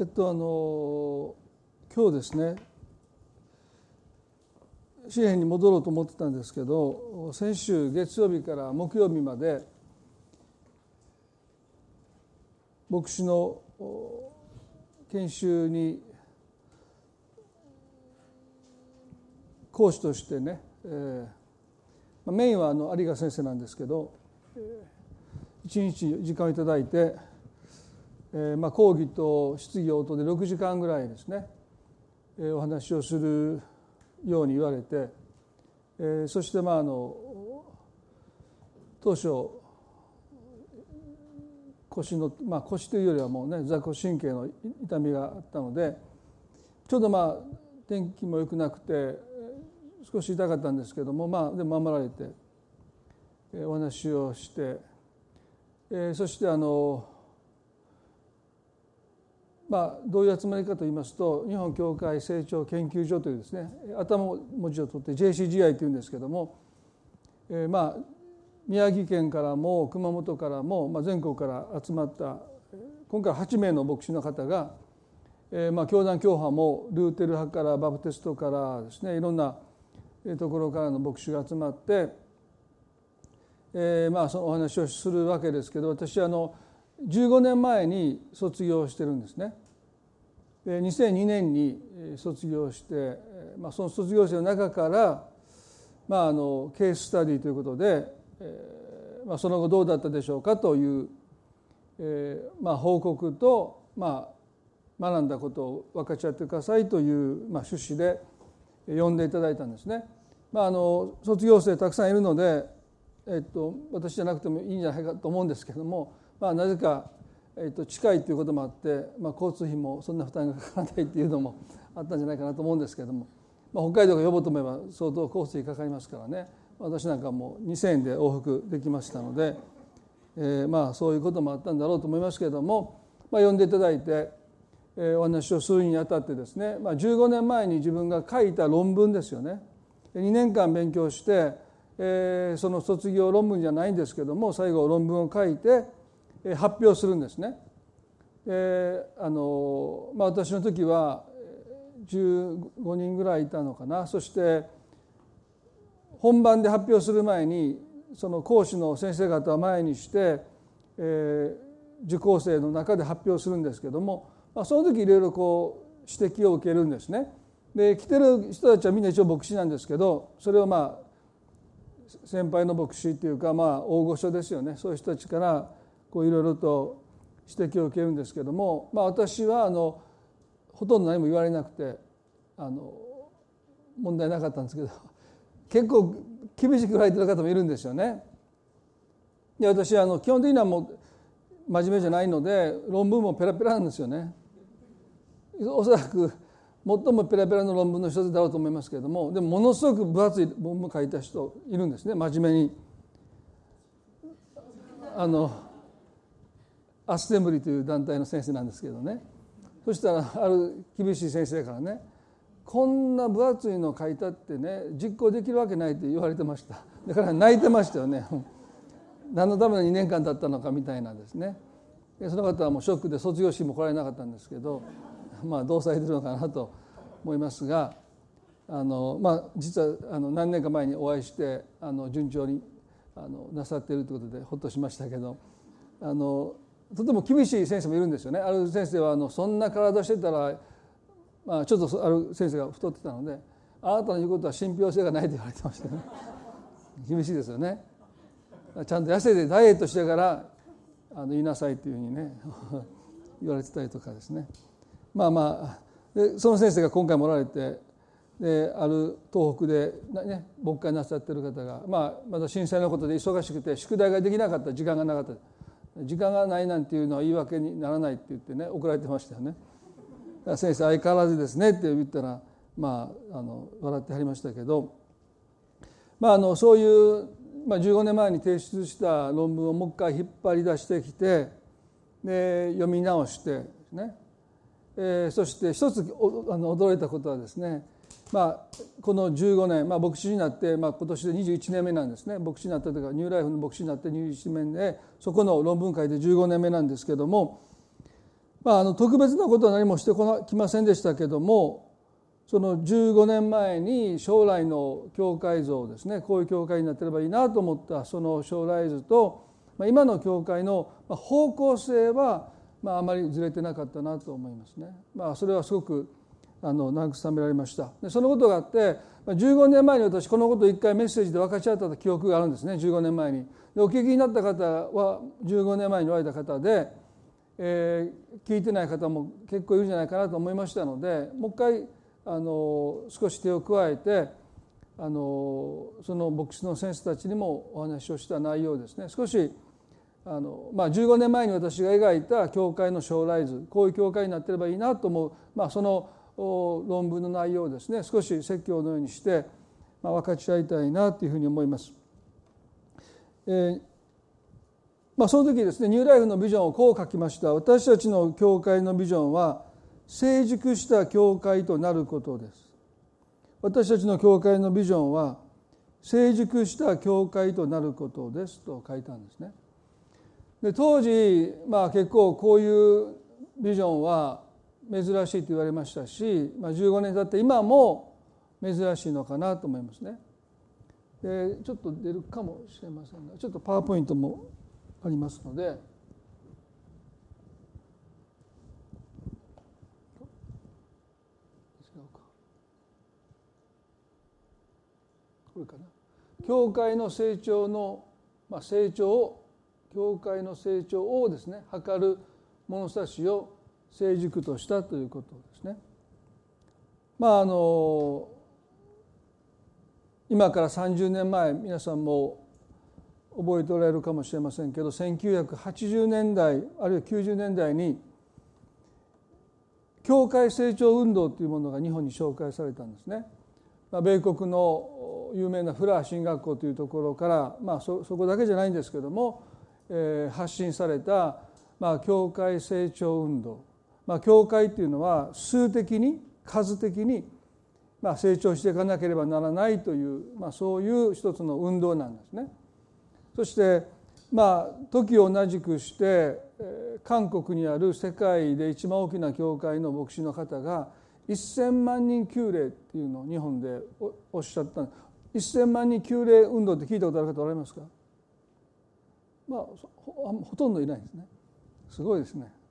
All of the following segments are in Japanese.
今日ですね、詩編に戻ろうと思ってたんですけど、先週月曜日から木曜日まで牧師の研修に講師としてね、メインは有賀先生なんですけど、一日時間をいただいて、講義と質疑応答で6時間ぐらいですね、お話をするように言われて、そして当初腰というよりはもうね坐骨神経の痛みがあったので、ちょうど天気も良くなくて少し痛かったんですけども、でも守られてお話をして、そしてどういう集まりかといいますと、日本教会成長研究所というですね、頭文字を取って JCGI というんですけども、宮城県からも熊本からも、全国から集まった今回8名の牧師の方が、教団教派もルーテル派からバプテストからですね、いろんなところからの牧師が集まって、そのお話をするわけですけど、私15年前に卒業してるんですね。2002年に卒業して、その卒業生の中から、ケーススタディということで、その後どうだったでしょうかという、報告と、学んだことを分かち合ってくださいという、趣旨で呼んでいただいたんですね。卒業生たくさんいるので、私じゃなくてもいいんじゃないかと思うんですけども、なぜか、近いということもあって、交通費もそんな負担がかからないっていうのもあったんじゃないかなと思うんですけども、北海道が呼ぼうと思えば相当交通費かかりますからね、私なんかもう2000円で往復できましたので、そういうこともあったんだろうと思いますけれども、呼んでいただいて、お話をするにあたってですね、15年前に自分が書いた論文ですよね、2年間勉強して、その卒業論文じゃないんですけども、最後論文を書いて発表するんですね。私の時は15人ぐらいいたのかな。そして本番で発表する前にその講師の先生方を前にして、受講生の中で発表するんですけども、その時いろいろ指摘を受けるんですね。で来てる人たちはみんな一応牧師なんですけど、それを先輩の牧師というか大御所ですよね、そういう人たちからいろいろと指摘を受けるんですけども、私はほとんど何も言われなくて問題なかったんですけど、結構厳しく言われてる方もいるんですよね。で私基本的にはもう真面目じゃないので論文もペラペラなんですよね。おそらく最もペラペラの論文の一つだろうと思いますけれども、でもものすごく分厚い論文を書いた人いるんですね、真面目に。アッセンブリという団体の先生なんですけどね、そしたらある厳しい先生からね、こんな分厚いの書いたってね実行できるわけないって言われてました。だから泣いてましたよね。何のための2年間だったのかみたいなんですね。でその方はもうショックで卒業式も来られなかったんですけど、どうされてるのかなと思いますが、実は何年か前にお会いして順調になさっているということでほっとしましたけど、とても厳しい先生もいるんですよね。ある先生はそんな体してたら、ちょっとある先生が太ってたので、あなたの言うことは信憑性がないと言われてましたね。厳しいですよね。ちゃんと痩せてダイエットしてから言いなさいというふうにね言われてたりとかですね。でその先生が今回もおられて、である東北で、牧会なさってる方が、まだ震災のことで忙しくて宿題ができなかった、時間がなかった、時間がないなんていうのは言い訳にならないって言ってね怒られてましたよね。先生相変わらずですねって言ったら笑ってはりましたけど、そういう、15年前に提出した論文をもう一回引っ張り出してきて、で読み直してですね、そして一つ驚いたことはですね、この15年、牧師になって、今年で21年目なんですね。牧師になったというかニューライフの牧師になって21年で、そこの論文会で15年目なんですけども、 特別なことは何もしてきませんでしたけども、その15年前に将来の教会像ですね、こういう教会になってればいいなと思ったその将来図と、今の教会の方向性はあまりずれてなかったなと思いますね。それはすごく慰められました。でそのことがあって15年前に私このことを一回メッセージで分かち合った記憶があるんですね。15年前にでお聞きになった方は15年前におられた方で、聞いてない方も結構いるんじゃないかなと思いましたので、もう一回少し手を加えてその牧師の先生たちにもお話をした内容ですね、少し15年前に私が描いた教会の将来図、こういう教会になってればいいなと思う、その論文の内容をですね、少し説教のようにして分かち合いたいなというふうに思います。その時ですね、ニューライフのビジョンをこう書きました。私たちの教会のビジョンは成熟した教会となることです。私たちの教会のビジョンは成熟した教会となることですと書いたんですね。で当時、結構こういうビジョンは珍しいと言われましたし、15年経って今も珍しいのかなと思いますね。でちょっと出るかもしれませんが、ちょっとパワーポイントもありますので、違うか、これかな。教会の成長の、教会の成長をですね測る物差しを成熟としたということですね。今から30年前、皆さんも覚えておられるかもしれませんけど、1980年代あるいは90年代に教会成長運動というものが日本に紹介されたんですね。米国の有名なフラー神学校というところから、そこだけじゃないんですけども、発信された、教会成長運動、教会というのは数的に数的に成長していかなければならないという、そういう一つの運動なんですね。そして時を同じくして韓国にある世界で一番大きな教会の牧師の方が1000万人救霊っていうのを日本でおっしゃった。1000万人救霊運動って聞いたことある方おられますか？ほとんどいないですね。すごいですね。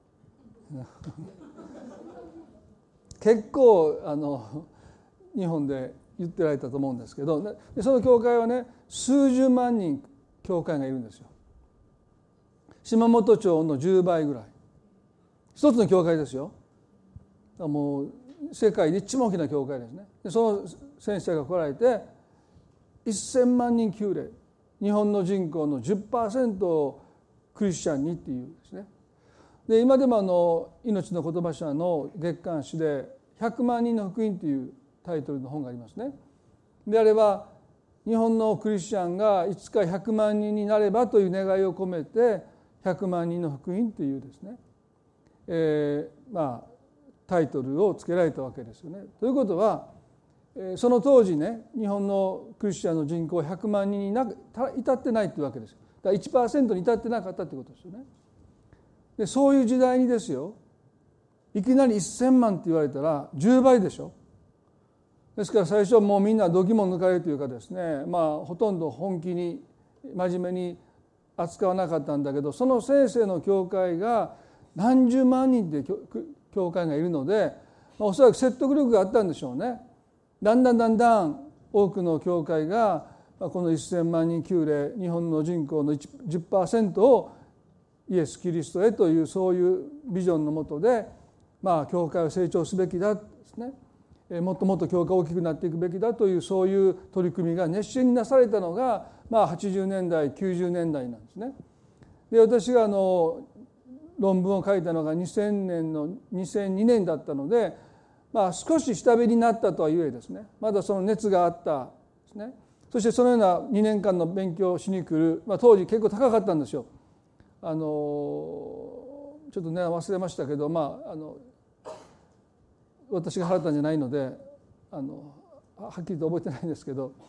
結構日本で言ってられたと思うんですけど、でその教会はね、数十万人教会がいるんですよ。島本町の10倍ぐらい。一つの教会ですよ。もう世界で一番大きな教会ですね。でその先生が来られて1000万人救霊、日本の人口の 10% をクリスチャンにっていうですね。で今でも命の言葉社の月刊誌で100万人の福音というタイトルの本がありますね。であれば日本のクリスチャンがいつか100万人になればという願いを込めて100万人の福音というですね、タイトルをつけられたわけですよね。ということはその当時ね、日本のクリスチャンの人口100万人に至ってないというわけです。だから 1% に至ってなかったということですよね。でそういう時代にですよ、いきなり1000万って言われたら10倍でしょ。ですから最初はもうみんな度肝抜かれるというかですね、ほとんど本気に真面目に扱わなかったんだけど、その先生の教会が何十万人で教会がいるので、おそらく説得力があったんでしょうね。だんだん多くの教会がこの1000万人救霊、日本の人口の 10% をイエス・キリストへというそういうビジョンのもとで、教会を成長すべきだですね、もっともっと教会が大きくなっていくべきだというそういう取り組みが熱心になされたのが、80年代90年代なんですね。で私が論文を書いたのが2002年だったので、少し下火になったとはいえですね、まだその熱があったですね。そしてそのような2年間の勉強をしに来る、当時結構高かったんですよ。ちょっとね忘れましたけど、私が払ったんじゃないのではっきりと覚えてないんですけど、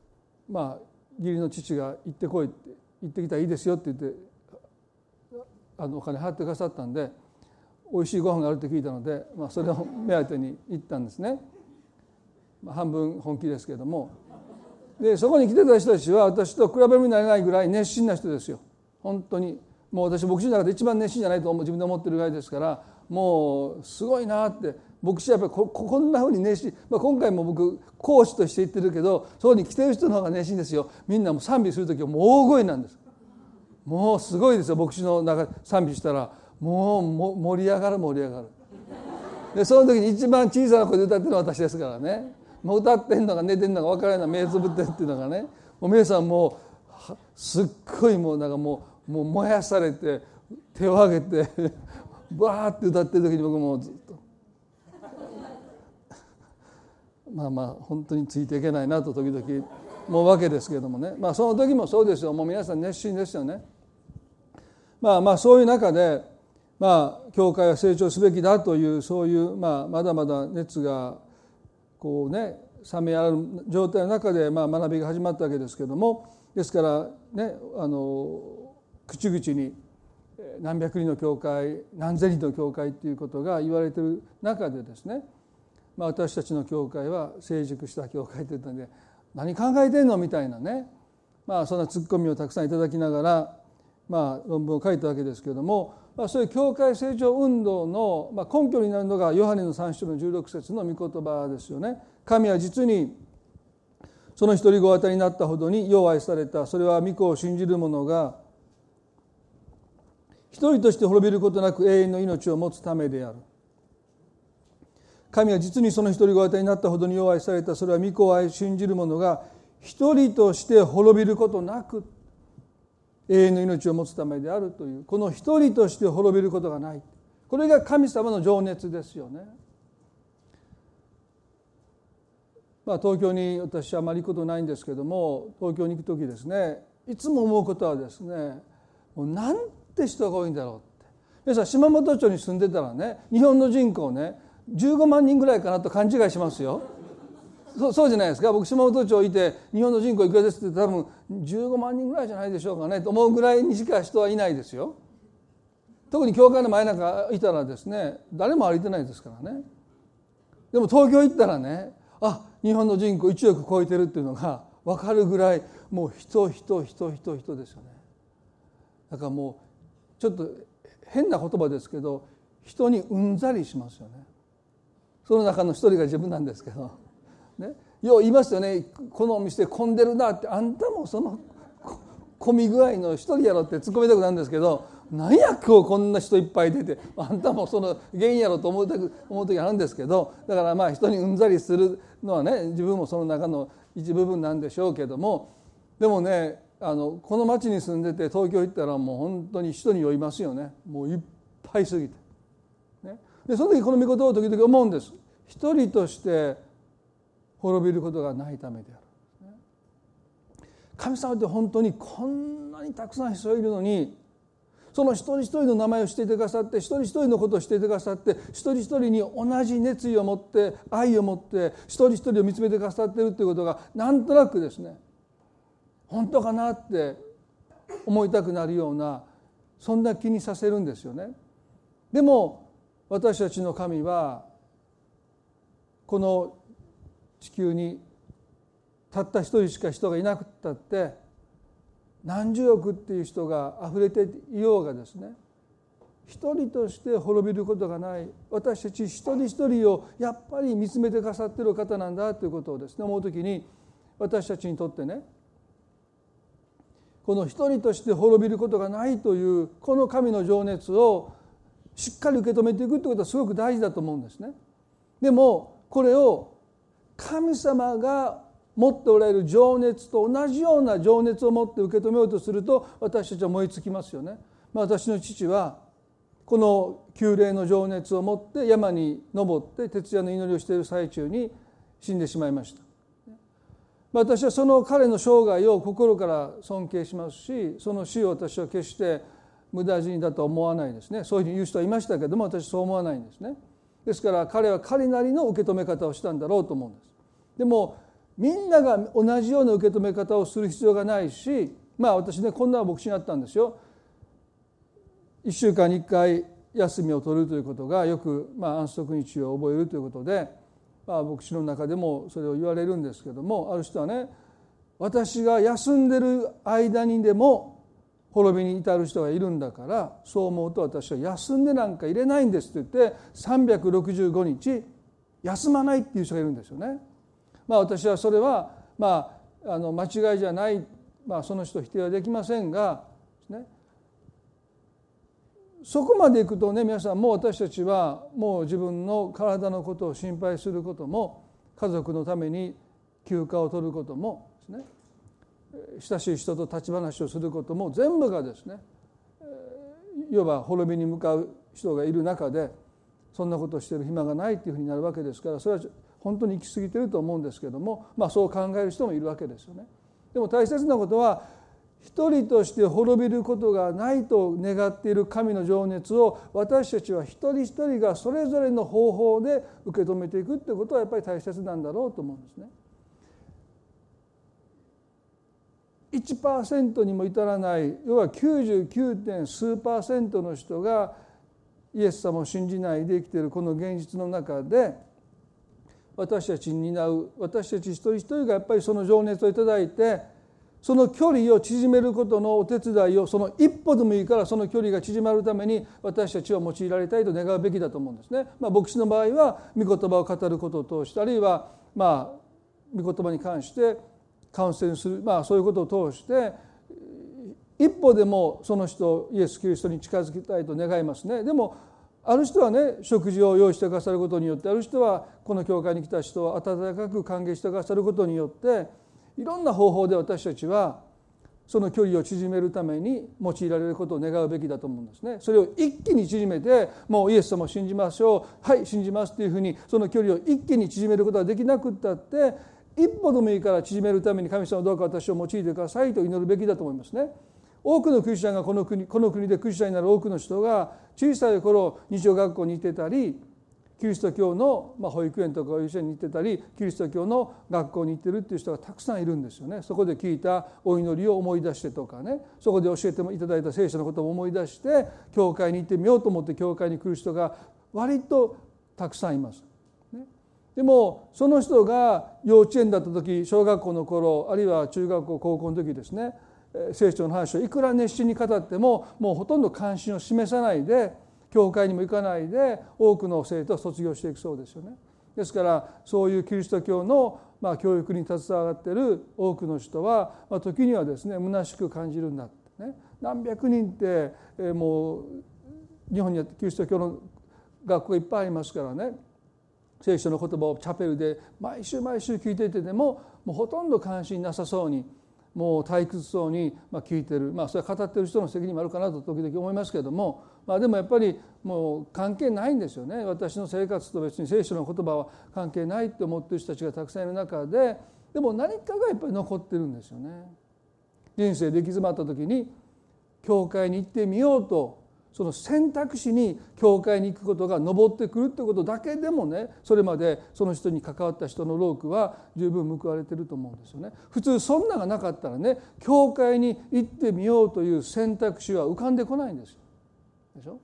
義理の父が行ってこいって、行ってきたらいいですよって言ってお金払ってくださったんで、おいしいご飯があるって聞いたので、それを目当てに行ったんですね。半分本気ですけれども、でそこに来てた人たちは私と比べ物にならないぐらい熱心な人ですよ。本当にもう私牧師の中で一番熱心じゃないと自分で思ってるぐらいですから、もうすごいなって。牧師はやっぱりこんなふうに熱心、今回も僕講師として言ってるけど、そこに来てる人の方が熱心ですよ。みんなも賛美する時はもう大声なんです。もうすごいですよ。牧師の中賛美したらもう盛り上がる。でその時に一番小さな声で歌ってるのは私ですからね。もう歌ってんのか寝てんのか分からないの目つぶってるっていうのがね、もう皆さんもうすっごいもう燃やされて手を挙げてバーって歌ってる時に僕もずっと本当についていけないなと時々思うわけですけれどもね。その時もそうですよ。もう皆さん熱心ですよね。そういう中で教会は成長すべきだというそういうまだまだ熱がこうね冷めある状態の中で学びが始まったわけですけれども、ですからね口々に何百人の教会何千人の教会ということが言われている中でですね、私たちの教会は成熟した教会といったので何考えてんのみたいなね、そんなツッコミをたくさんいただきながら論文を書いたわけですけれども、そういう教会成長運動の根拠になるのがヨハネの3章の16節の御言葉ですよね。神は実にその一人子与えになったほどによう愛された。それは御子を信じる者が一人として滅びることなく永遠の命を持つためである。神は実にその一人子与えになったほどによう愛された。それは御子を信じる者が一人として滅びることなく永遠の命を持つためであるという、この一人として滅びることがない、これが神様の情熱ですよね。東京に私はあまり行くことないんですけども、東京に行く時ですね、いつも思うことはですね、もうなんて人が多いんだろうって。皆さん島本町に住んでたらね、日本の人口ね15万人ぐらいかなと勘違いしますよ。そうじゃないですか。僕島本町いて日本の人口いくらですって多分15万人ぐらいじゃないでしょうかねと思うぐらいにしか人はいないですよ。特に教会の前なんかいたらですね、誰も歩いてないですからね。でも東京行ったらね、日本の人口1億超えてるっていうのが分かるぐらい、もう人ですよね。だからもうちょっと変な言葉ですけど、人にうんざりしますよね。その中の一人が自分なんですけどね、よう言いますよね。このお店混んでるなって、あんたもその混み具合の一人やろって突っ込みたくなるんですけど、何や今日こんな人いっぱい出て、あんたもその原因やろと思う時あるんですけど、だから人にうんざりするのはね、自分もその中の一部分なんでしょうけども、でもねこの町に住んでて東京行ったらもう本当に人に酔いますよね。もういっぱいすぎて、ね、でその時この御言葉を時々思うんです。一人として滅びることがないためである。神様って本当にこんなにたくさん人がいるのに、その一人一人の名前を知っていてくださって、一人一人のことを知っていてくださって、一人一人に同じ熱意を持って愛を持って一人一人を見つめてくださっているということがなんとなくですね、本当かなって思いたくなるような、そんな気にさせるんですよね。でも私たちの神はこの地球にたった一人しか人がいなくったって何十億っていう人があふれていようがですね、一人として滅びることがない、私たち一人一人をやっぱり見つめてくださっている方なんだということをですね思うときに、私たちにとってね、この一人として滅びることがないというこの神の情熱をしっかり受け止めていくということはすごく大事だと思うんですね。でもこれを神様が持っておられる情熱と同じような情熱を持って受け止めようとすると、私たちは燃え尽きますよね。私の父はこの旧霊の情熱を持って山に登って徹夜の祈りをしている最中に死んでしまいました。私はその彼の生涯を心から尊敬しますし、その死を私は決して無駄死にだとは思わないですね。そういうふうに言う人はいましたけども、私はそう思わないんですね。ですから彼は彼なりの受け止め方をしたんだろうと思うんです。でもみんなが同じような受け止め方をする必要がないし、私ねこんな牧師になったんですよ。 1週間に1回休みを取るということがよく、安息日を覚えるということで、牧師の中でもそれを言われるんですけども、ある人はね、私が休んでる間にでも滅びに至る人がいるんだから、そう思うと私は休んでなんか入れないんですって言って365日休まないっていう人がいるんですよね。私はそれは間違いじゃない、その人否定はできませんが、ね、そこまでいくとね、皆さん、もう私たちはもう自分の体のことを心配することも、家族のために休暇を取ることもですね、親しい人と立ち話をすることも全部がですね、いわば滅びに向かう人がいる中でそんなことをしている暇がないというふうになるわけですから、それは本当に行き過ぎていると思うんですけども、そう考える人もいるわけですよね。でも大切なことは、一人として滅びることがないと願っている神の情熱を私たちは一人一人がそれぞれの方法で受け止めていくということはやっぱり大切なんだろうと思うんですね。1% にも至らない、要は 99. 数%の人がイエス様を信じないで生きているこの現実の中で、私たちに担う私たち一人一人がやっぱりその情熱をいただいて、その距離を縮めることのお手伝いを、その一歩でもいいからその距離が縮まるために私たちは用いられたいと願うべきだと思うんですね。牧師の場合は御言葉を語ることを通して、あるいは御言葉に関してカウンセリングする、そういうことを通して一歩でもその人イエス・キリストに近づきたいと願いますね。でもある人はね、食事を用意してくださることによって、ある人はこの教会に来た人を温かく歓迎してくださることによって、いろんな方法で私たちはその距離を縮めるために用いられることを願うべきだと思うんですね。それを一気に縮めて、もうイエス様を信じましょう、はい信じますというふうにその距離を一気に縮めることができなくったって、一歩でもいいから縮めるために神様どうか私を用いてくださいと祈るべきだと思いますね。多くのクリスチャンがこの国でクリスチャンになる多くの人が小さい頃日曜学校に行ってたり、キリスト教の保育園とか幼稚園に行ってたり、キリスト教の学校に行ってるっていう人がたくさんいるんですよね。そこで聞いたお祈りを思い出してとかね、そこで教えていただいた聖書のことを思い出して教会に行ってみようと思って教会に来る人が割とたくさんいます。でもその人が幼稚園だった時、小学校の頃、あるいは中学校高校の時ですね、聖書の話をいくら熱心に語ってももうほとんど関心を示さないで、教会にも行かないで多くの生徒は卒業していくそうですよね。ですからそういうキリスト教の教育に携わっている多くの人は時にはですね、虚しく感じるんだってね。何百人ってもう日本にはキリスト教の学校がいっぱいありますからね、聖書の言葉をチャペルで毎週聞いていてでももうほとんど関心なさそうに、もう退屈そうに聞いてる、それは語ってる人の責任もあるかなと時々思いますけれども、でもやっぱりもう関係ないんですよね。私の生活と別に聖書の言葉は関係ないって思っている人たちがたくさんいる中で、でも何かがやっぱり残ってるんですよね。人生で行き詰まった時に教会に行ってみようと、その選択肢に教会に行くことが上ってくるってことだけでもね、それまでその人に関わった人の労苦は十分報われていると思うんですよね。普通そんながなかったらね、教会に行ってみようという選択肢は浮かんでこないんですよ。でしょ？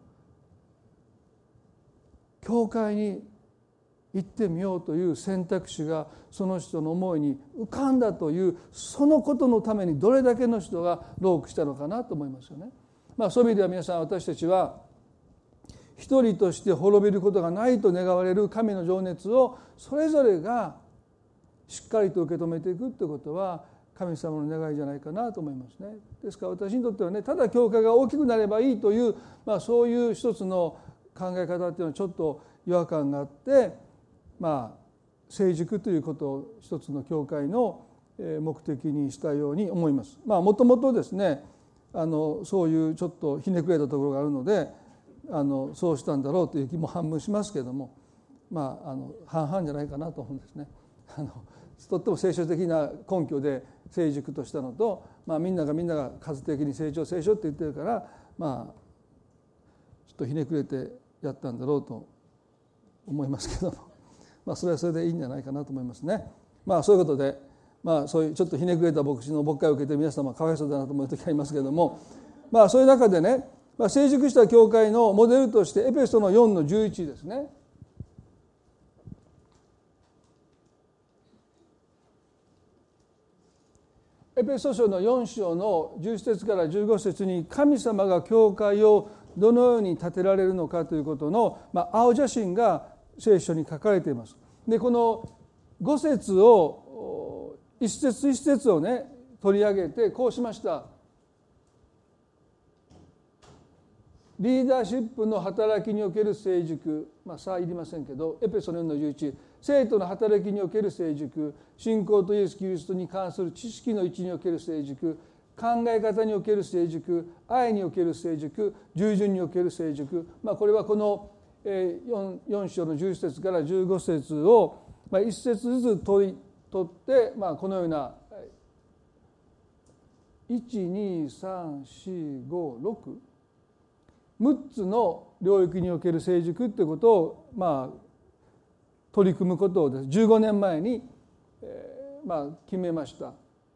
教会に行ってみようという選択肢がその人の思いに浮かんだという、そのことのためにどれだけの人が労苦したのかなと思いますよね。そういう意味では皆さん、私たちは一人として滅びることがないと願われる神の情熱をそれぞれがしっかりと受け止めていくということは神様の願いじゃないかなと思いますね。ですから私にとってはね、ただ教会が大きくなればいいという、そういう一つの考え方っていうのはちょっと違和感があって、成熟ということを一つの教会の目的にしたように思います。もともとですね、そういうちょっとひねくれたところがあるのでそうしたんだろうという気も半分しますけれども、半々じゃないかなと思うんですね。とっても聖書的な根拠で成熟としたのと、みんなが数的に成長って言ってるから、ちょっとひねくれてやったんだろうと思いますけども、それはそれでいいんじゃないかなと思いますね。そういうことで、そういうちょっとひねくれた牧師の牧会を受けて皆様かわいそうだなと思う時ありますけれども、そういう中でね、 成熟した教会のモデルとしてエペソの4の11ですね。エペソ書の4章の10節から15節に神様が教会をどのように建てられるのかということの、青写真が聖書に書かれています。でこの5節を一節一節をね取り上げてこうしました。リーダーシップの働きにおける成熟、さあいりませんけど、エペソの4の11、生徒の働きにおける成熟、信仰とイエス・キリストに関する知識の位置における成熟、考え方における成熟、愛における成熟、従順における成熟、これはこの 4章の11節から15節を一節ずつ取って、このような 1,2,3,4,5,6 6つの領域における成熟ということを取り組むことを15年前に決めました。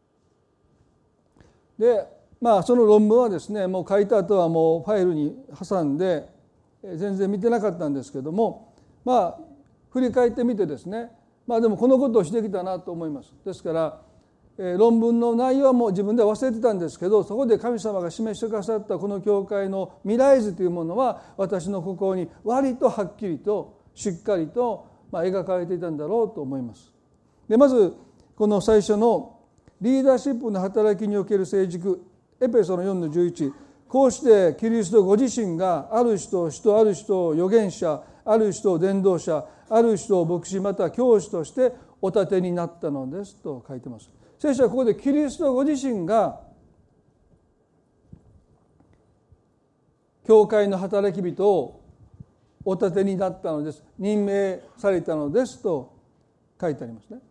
でその論文はですねもう書いた後はもうファイルに挟んで全然見てなかったんですけども振り返ってみてですねでもこのことをしてきたなと思います。ですから論文の内容はもう自分では忘れてたんですけど、そこで神様が示してくださったこの教会の未来図というものは私の心に割とはっきりとしっかりと描かれていたんだろうと思います。でまずこの最初のリーダーシップの働きにおける成熟、エペソの4の11、こうしてキリストご自身がある人を使徒、ある人を預言者、ある人を伝道者、ある人を牧師また教師としてお立てになったのですと書いてます。聖書はここでキリストご自身が教会の働き人をお立てになったのです、任命されたのですと書いてありますね。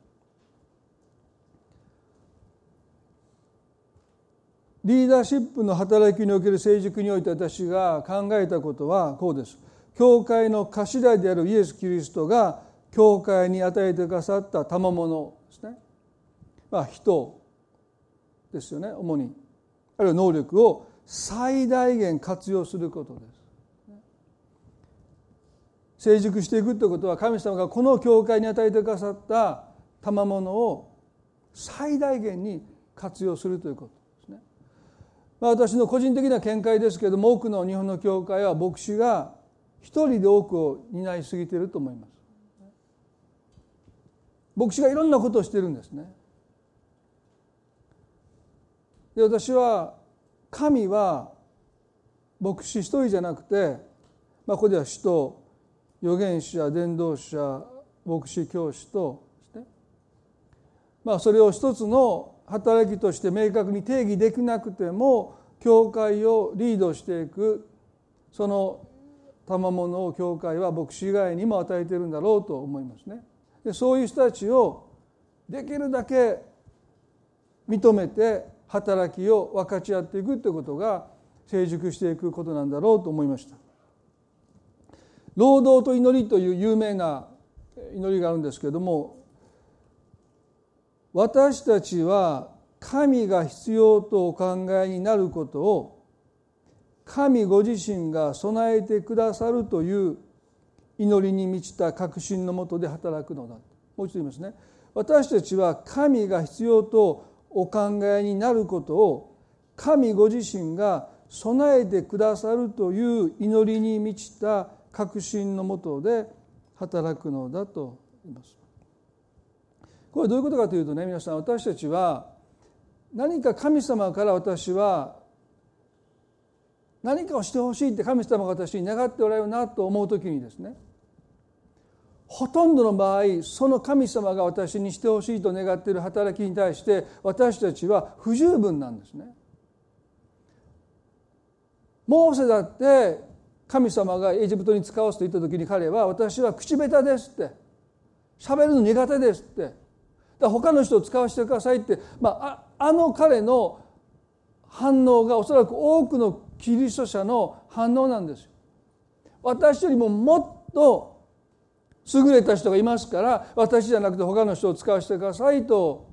リーダーシップの働きにおける成熟において私が考えたことはこうです。教会の頭であるイエス・キリストが教会に与えてくださった賜物ですね。人ですよね、主に。あるいは能力を最大限活用することです。成熟していくということは神様がこの教会に与えてくださった賜物を最大限に活用するということですね。私の個人的な見解ですけれども、多くの日本の教会は牧師が一人で多くを担いすぎていると思います。牧師がいろんなことをしているんですね。で私は神は牧師一人じゃなくて、ここでは使徒、預言者、伝道者、牧師、教師とですね、それを一つの働きとして明確に定義できなくても教会をリードしていくその賜物を教会は牧師以外にも与えているんだろうと思いますね。でそういう人たちをできるだけ認めて働きを分かち合っていくということが成熟していくことなんだろうと思いました。労働と祈りという有名な祈りがあるんですけれども、私たちは神が必要とお考えになることを神ご自身が備えてくださるという祈りに満ちた確信のもとで働くのだ。もう一度言いますね。私たちは神が必要とお考えになることを神ご自身が備えてくださるという祈りに満ちた確信のもとで働くのだと言います。これはどういうことかというとね、皆さん、私たちは何か神様から私は何かをしてほしいって神様が私に願っておられるなと思うときにですね、ほとんどの場合その神様が私にしてほしいと願っている働きに対して私たちは不十分なんですね。モーセだって神様がエジプトに使わすと言った時に彼は私は口下手ですって、喋るの苦手ですって、だから他の人を使わせてくださいって、あの彼の反応がおそらく多くのキリスト者の反応なんですよ。私よりももっと優れた人がいますから私じゃなくて他の人を使わせてくださいと、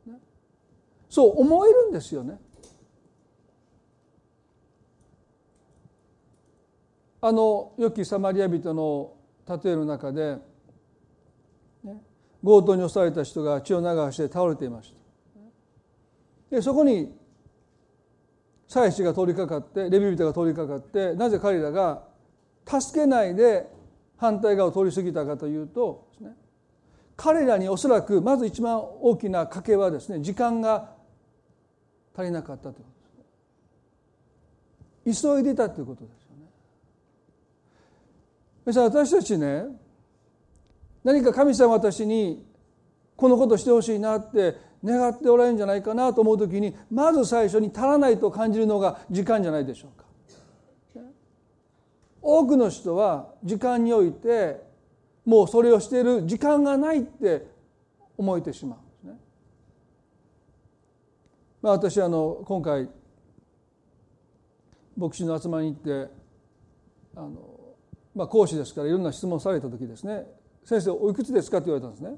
そう思えるんですよね。 良きサマリア人の例えの中で、強盗に襲われた人が血を流して倒れていました。でそこに祭司が通りかかって、レビ人が通りかかって、なぜ彼らが助けないで反対側を通り過ぎたかというとですね、彼らにおそらくまず一番大きな賭けはですね、時間が足りなかったということです。急いでいたということですよね。ですから私たちね、何か神様私にこのことしてほしいなって願っておられるんじゃないかなと思うときに、まず最初に足らないと感じるのが時間じゃないでしょうか。多くの人は時間においてもうそれをしている時間がないって思えてしまうんですね。私今回牧師の集まりに行って講師ですからいろんな質問された時ですね、先生おいくつですかって言われたんですね。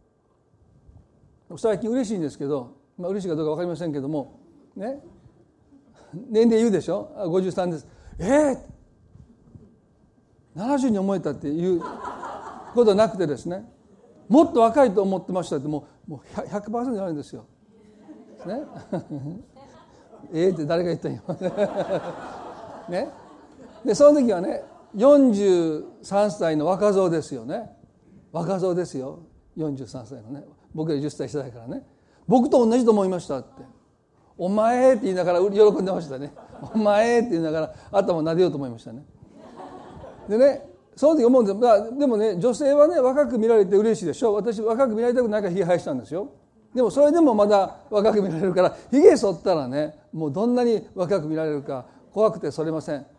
最近嬉しいんですけど、嬉しいかどうか分かりませんけどもね、年齢言うでしょ、53です。70に思えたっていうことはなくてですね、もっと若いと思ってましたってもう 100% じゃないんですよ。ねって誰が言ったんやね。でその時はね、43歳の若造ですよね。若造ですよ、43歳のね。僕より10歳下だからね。僕と同じと思いましたって。お前って言いながら喜んでましたね。お前って言いながら頭を撫でようと思いましたね。でね、その時思うんです。でもね、女性はね若く見られて嬉しいでしょ。私若く見られたくないからひげ生やしたんですよ。でもそれでもまだ若く見られるから、ひげ剃ったらね、もうどんなに若く見られるか怖くて剃れません、ね、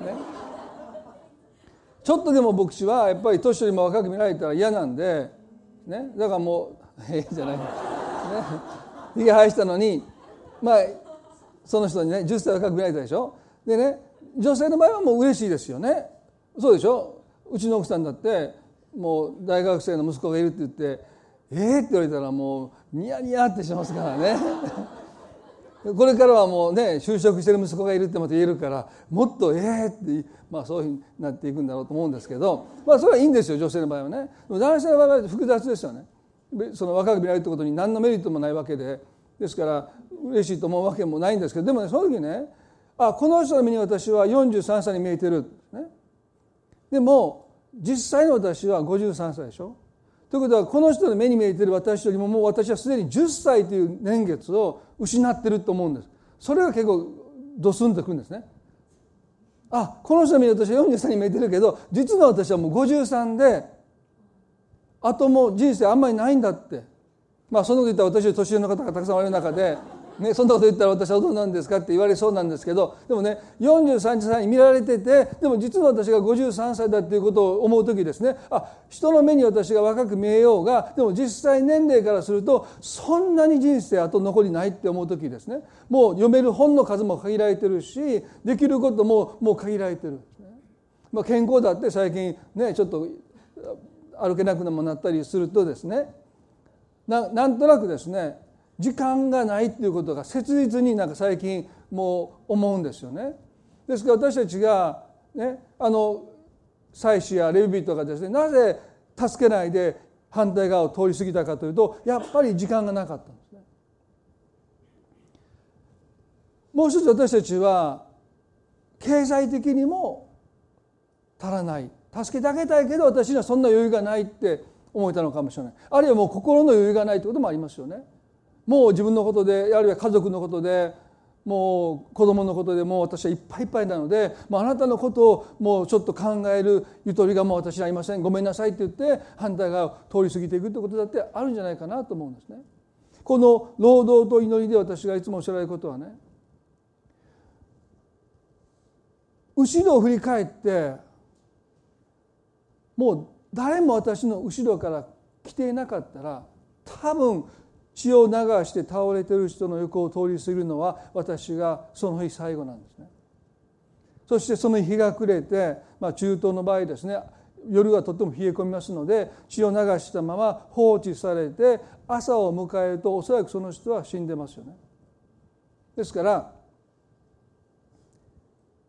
ちょっとでも牧師はやっぱり年よりも若く見られたら嫌なんで、ね、だからもうじゃない、ね、ひげ生やしたのにその人にね10歳若く見られたでしょ。でね、女性の場合はもう嬉しいですよね。そうでしょ。うちの奥さんだってもう大学生の息子がいるって言ってって言われたらもうニヤニヤってしますからねこれからはもうね就職してる息子がいるってまた言えるから、もっとってそういうふうになっていくんだろうと思うんですけど、それはいいんですよ、女性の場合はね。男性の場合は複雑ですよね。その若く見られるってことに何のメリットもないわけで、ですから嬉しいと思うわけもないんですけど、でもね、その時ね、この人の目に私は43歳に見えてる、ね、でも実際の私は53歳でしょ。ということはこの人の目に見えている私よりももう私はすでに10歳という年月を失っていると思うんです。それが結構ドスンとくるんですね。この人の目に私は40歳に見えてるけど、実の私はもう53で、あともう人生あんまりないんだって。そんなこと言ったら私より年上の方がたくさんおられる中で、ね、そんなこと言ったら私はどうなんですかって言われそうなんですけど、でもね、43歳に見られてて、でも実の私が53歳だっていうことを思うときですね、人の目に私が若く見えようが、でも実際年齢からするとそんなに人生あと残りないって思うときですね、もう読める本の数も限られてるし、できることももう限られてる、健康だって最近ねちょっと歩けなくもなったりするとですね、なんとなくですね、時間がないっていうことが切実に最近もう思うんですよね。ですから私たちがね、祭司やレビ人がですね、なぜ助けないで反対側を通り過ぎたかというと、やっぱり時間がなかったんですね。もう一つ私たちは経済的にも足らない、助けてあげたいけど私にはそんな余裕がないって思えたのかもしれない。あるいはもう心の余裕がないということもありますよね。もう自分のことで、あるいは家族のことで、もう子供のことでもう私はいっぱいいっぱいなので、あなたのことをもうちょっと考えるゆとりがもう私にありません、ごめんなさいって言って反対側を通り過ぎていくということだってあるんじゃないかなと思うんですね。この労働と祈りで私がいつもおっしゃられることはね、後ろを振り返ってもう誰も私の後ろから来ていなかったら、多分血を流して倒れている人の横を通り過ぎるのは私がその日最後なんですね。そしてその日が暮れて、中東の場合ですね、夜はとても冷え込みますので、血を流したまま放置されて朝を迎えると、おそらくその人は死んでますよね。ですから一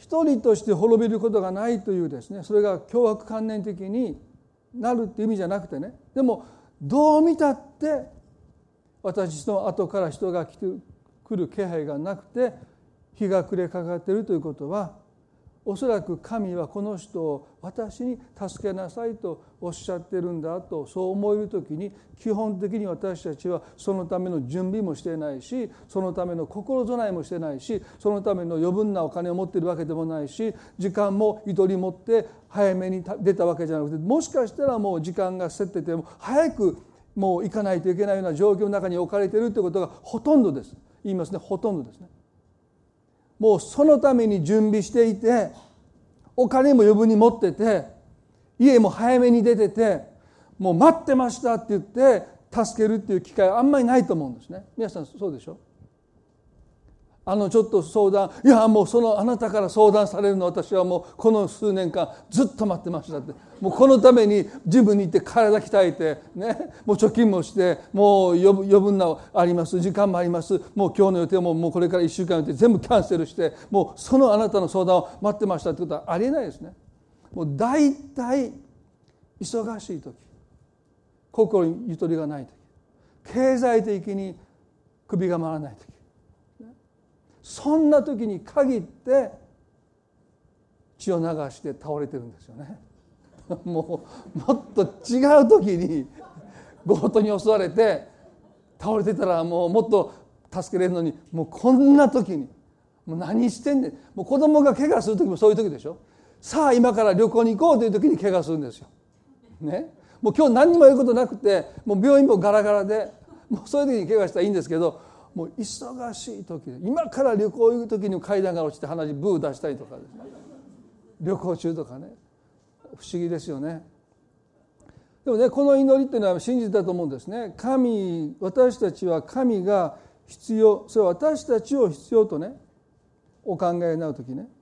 一人として滅びることがないというですね、それが強迫観念的になるっていう意味じゃなくてね、でもどう見たって私の後から人が来てくる気配がなくて日が暮れかかっているということは、おそらく神はこの人を私に助けなさいとおっしゃっているんだと、そう思えるときに、基本的に私たちはそのための準備もしていないし、そのための心備えもしていないし、そのための余分なお金を持っているわけでもないし、時間もゆとり持って早めに出たわけじゃなくて、もしかしたらもう時間が競ってても早くもう行かないといけないような状況の中に置かれているということがほとんどです。言いますね、ほとんどですね。もうそのために準備していて、お金も余分に持ってて、家も早めに出てて、もう待ってましたって言って助けるっていう機会はあんまりないと思うんですね。皆さんそうでしょ。ちょっと相談、いやもうあなたから相談されるの私はもうこの数年間ずっと待ってましたって、もうこのためにジムに行って体鍛えてね、もう貯金もしてもう余分なあります、時間もあります、もう今日の予定ももうこれから1週間予定全部キャンセルして、もうそのあなたの相談を待ってましたってことはありえないですね。もう大体忙しい時、心にゆとりがない時、経済的に首が回らない時、そんな時に限って血を流して倒れてるんですよね。もっと違う時に強盗に襲われて倒れてたらもっと助けれるのに、もうこんな時にもう何してんねん。もう子供が怪我する時もそういう時でしょ。さあ今から旅行に行こうという時に怪我するんですよ、ね、もう今日何にも言うことなくて、もう病院もガラガラで、もうそういう時に怪我したらいいんですけど、もう忙しい時で、今から旅行行く時に階段が落ちて鼻にブー出したりとかですね、旅行中とかね、不思議ですよね。でもね、この祈りっていうのは信じたと思うんですね。私たちは神が必要、それは私たちを必要とねお考えになる時ね、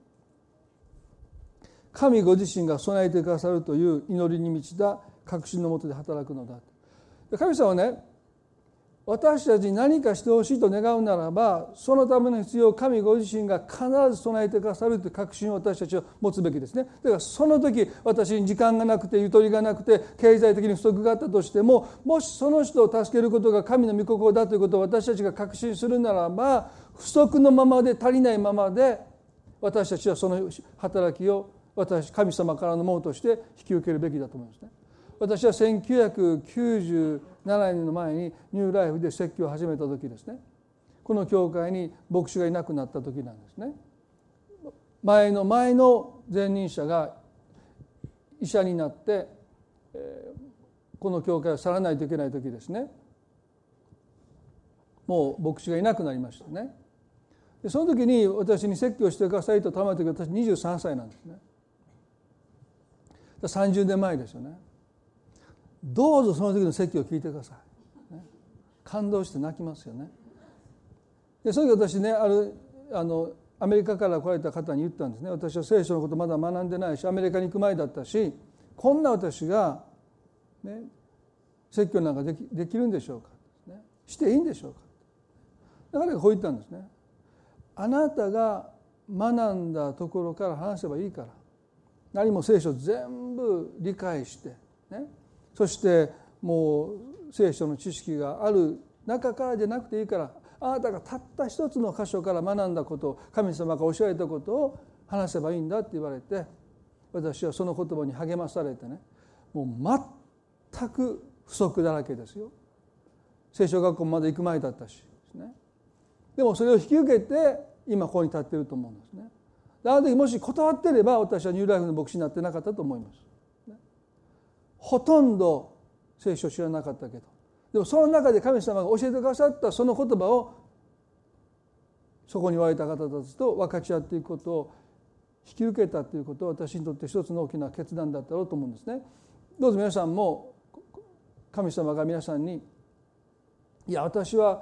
神ご自身が備えてくださるという祈りに満ちた確信のもとで働くのだ。神様はね、私たちに何かしてほしいと願うならば、そのための必要を神ご自身が必ず備えてくださるという確信を私たちは持つべきですね。だからその時私に時間がなくてゆとりがなくて経済的に不足があったとしても、もしその人を助けることが神の御心だということを私たちが確信するならば、不足のままで足りないままで私たちはその働きを神様からのものとして引き受けるべきだと思いますね。私は1997年の前にニューライフで説教を始めた時ですね、この教会に牧師がいなくなった時なんですね。前の前任者が医者になって、この教会を去らないといけない時ですね。もう牧師がいなくなりましたね。でその時に私に説教してくださいと頼まれた時、私23歳なんですね。30年前ですよね。どうぞその時の説教を聞いてください、ね、感動して泣きますよね。でその時私ね、アメリカから来られた方に言ったんですね。私は聖書のことまだ学んでないし、アメリカに行く前だったし、こんな私が、ね、説教なんかできるんでしょうか、ね、していいんでしょうか。だからこう言ったんですね。あなたが学んだところから話せばいいから、何も聖書全部理解して、ね、そしてもう聖書の知識がある中からじゃなくていいから、あなたがたった一つの箇所から学んだことを、神様が教えたことを話せばいいんだって言われて、私はその言葉に励まされてね、もう全く不足だらけですよ。聖書学校まで行く前だったしですね。でもそれを引き受けて今ここに立っていると思うんですね。あの時もし断っていれば私はニューライフの牧師になってなかったと思います。ほとんど聖書を知らなかったけど、でもその中で神様が教えてくださったその言葉をそこにおられた方たちと分かち合っていくことを引き受けたということは、私にとって一つの大きな決断だったろうと思うんですね。どうぞ皆さんも神様が皆さんに、いや私は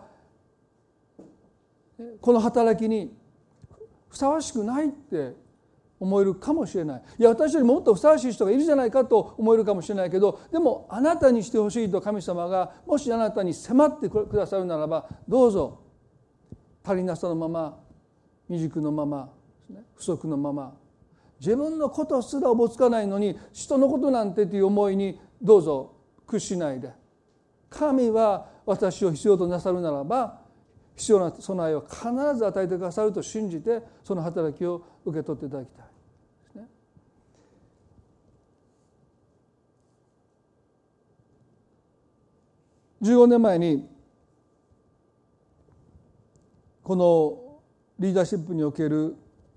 この働きにふさわしくないって思えるかもしれない。いや私よりもっとふさわしい人がいるじゃないかと思えるかもしれないけど、でもあなたにしてほしいと神様がもしあなたに迫ってくださるならば、どうぞ足りなさのまま、未熟のままで不足のまま、自分のことすらおぼつかないのに人のことなんてという思いにどうぞ屈しないで、神は私を必要となさるならば必要な備えを必ず与えてくださると信じて、その働きを受け取っていただきたいですね。15年前にこのリーダーシップにおける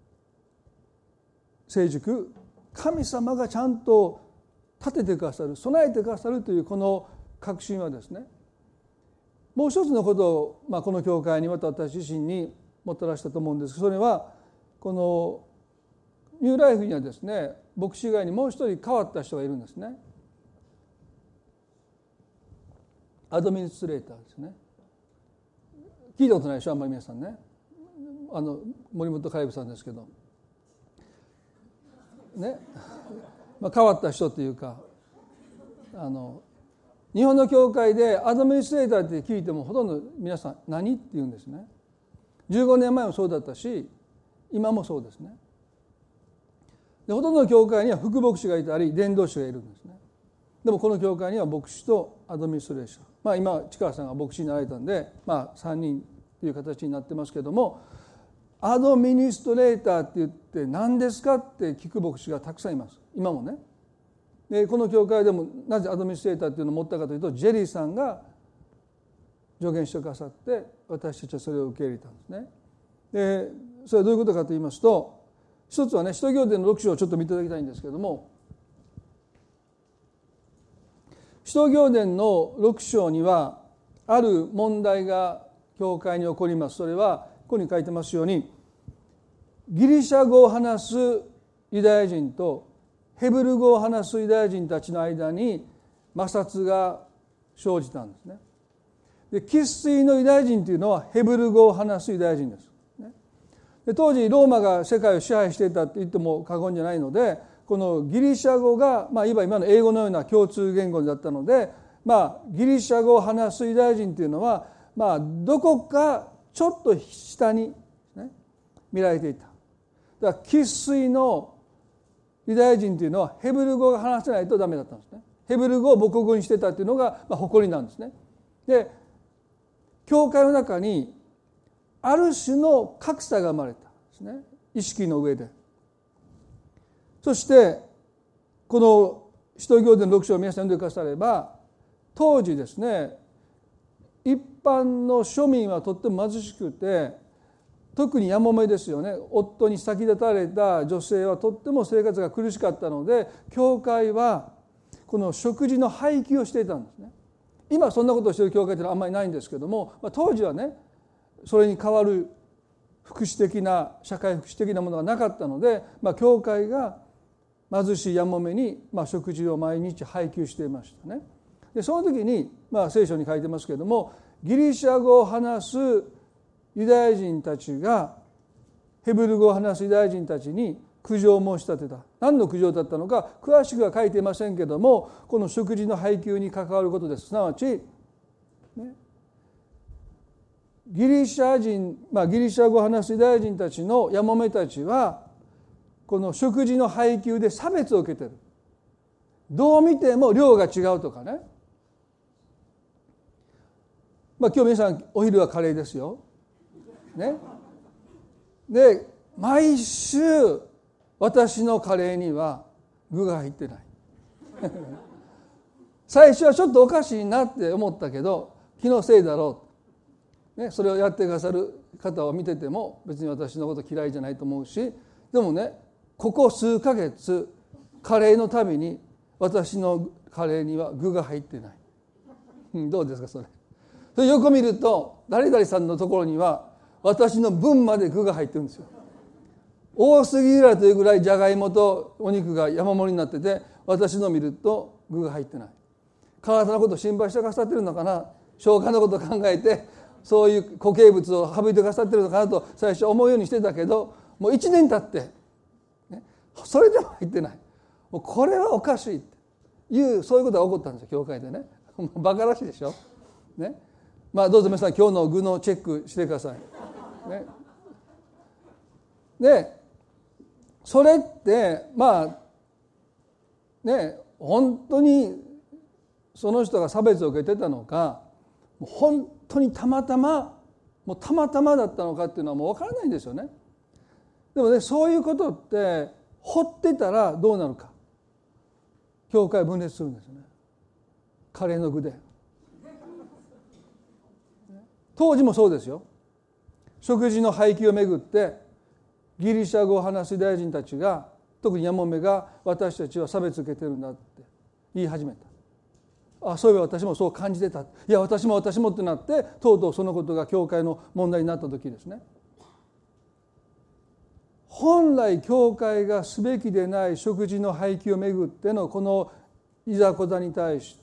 成熟、神様がちゃんと立ててくださる、備えてくださるというこの確信はですね、もう一つのことを、この教会にまた私自身にもたらしたと思うんですけど、それはこのニューライフにはですね、牧師以外にもう一人変わった人がいるんですね。アドミニストレーターですね。聞いたことないでしょ、あんまり皆さんね。森本海部さんですけどね、変わった人というか、日本の教会でアドミニストレーターって聞いてもほとんど皆さん何って言うんですね。15年前もそうだったし今もそうですね。でほとんどの教会には副牧師がいたり伝道師がいるんですね。でもこの教会には牧師とアドミニストレーション、今近川さんが牧師になられたんで、3人という形になってますけども、アドミニストレーターって言って何ですかって聞く牧師がたくさんいます、今もね。でこの教会でもなぜアドミニストレーターっていうのを持ったかというと、ジェリーさんが助言してくださって私たちはそれを受け入れたんですね。でそれはどういうことかと言いますと、一つはね、使徒行伝の6章をちょっと見ていただきたいんですけれども、使徒行伝の6章にはある問題が教会に起こります。それはここに書いてますように、ギリシャ語を話すユダヤ人とヘブル語を話すユダヤ人たちの間に摩擦が生じたんですね。で生粋のユダヤ人というのはヘブル語を話すユダヤ人です。で当時ローマが世界を支配していたと言っても過言じゃないので、このギリシャ語が、いわば今の英語のような共通言語だったので、ギリシャ語を話すユダヤ人というのは、どこかちょっと下に、見られていた。だから生粋のユダヤ人というのはヘブル語が話せないとダメだったんですね。ヘブル語を母国語にしてたというのが誇りなんですね。で教会の中にある種の格差が生まれたんですね、意識の上で。そしてこの使徒行伝の6章を皆さん読んでくだされば、当時ですね、一般の庶民はとっても貧しくて、特にやもめですよね。夫に先立たれた女性はとっても生活が苦しかったので、教会はこの食事の配給をしていたんですね。今そんなことをしている教会というのはあんまりないんですけども、当時はね、それに代わる福祉的な社会福祉的なものがなかったので、教会が貧しいやもめに食事を毎日配給していましたね。でその時に、聖書に書いてますけれども、ギリシャ語を話すユダヤ人たちがヘブル語を話すユダヤ人たちに苦情を申し立てた。何の苦情だったのか詳しくは書いていませんけれども、この食事の配給に関わることです。すなわち、ギリシャ語を話すユダヤ人たちのやもめたちはこの食事の配給で差別を受けている。どう見ても量が違うとかね。今日皆さんお昼はカレーですよ。ね。で毎週私のカレーには具が入ってない。最初はちょっとおかしいなって思ったけど、気のせいだろう。それをやってくださる方を見てても別に私のこと嫌いじゃないと思うし、でもね、ここ数ヶ月カレーのために私のカレーには具が入ってない。どうですかそれ。それよく見ると誰々さんのところには私の分まで具が入ってるんですよ。多すぎるというぐらいじゃがいもとお肉が山盛りになってて、私の見ると具が入ってない。体のことを心配してくださってるのかな、消化のことを考えてそういう固形物を省いてくださってるのかなと最初思うようにしてたけど、もう1年経って、それでも入ってない。もうこれはおかしいっていうそういうことが起こったんですよ、教会でね。バカらしいでしょ、ね。どうぞ皆さん今日の具のチェックしてください。ね。でそれって本当にその人が差別を受けてたのか、本当にたまたまだったのかっていうのはもう分からないんですよね。でもね、そういうことって掘ってたらどうなるか。教会分裂するんですよね。カレーの具で。当時もそうですよ。食事の配給をめぐってギリシャ語を話すユダヤ人たちが、特にヤモメが、私たちは差別受けてるんだって言い始めた。そういえば私もそう感じてた。いや私もってなって、とうとうそのことが教会の問題になった時ですね。本来教会がすべきでない食事の配給をめぐってのこのいざこざに対して、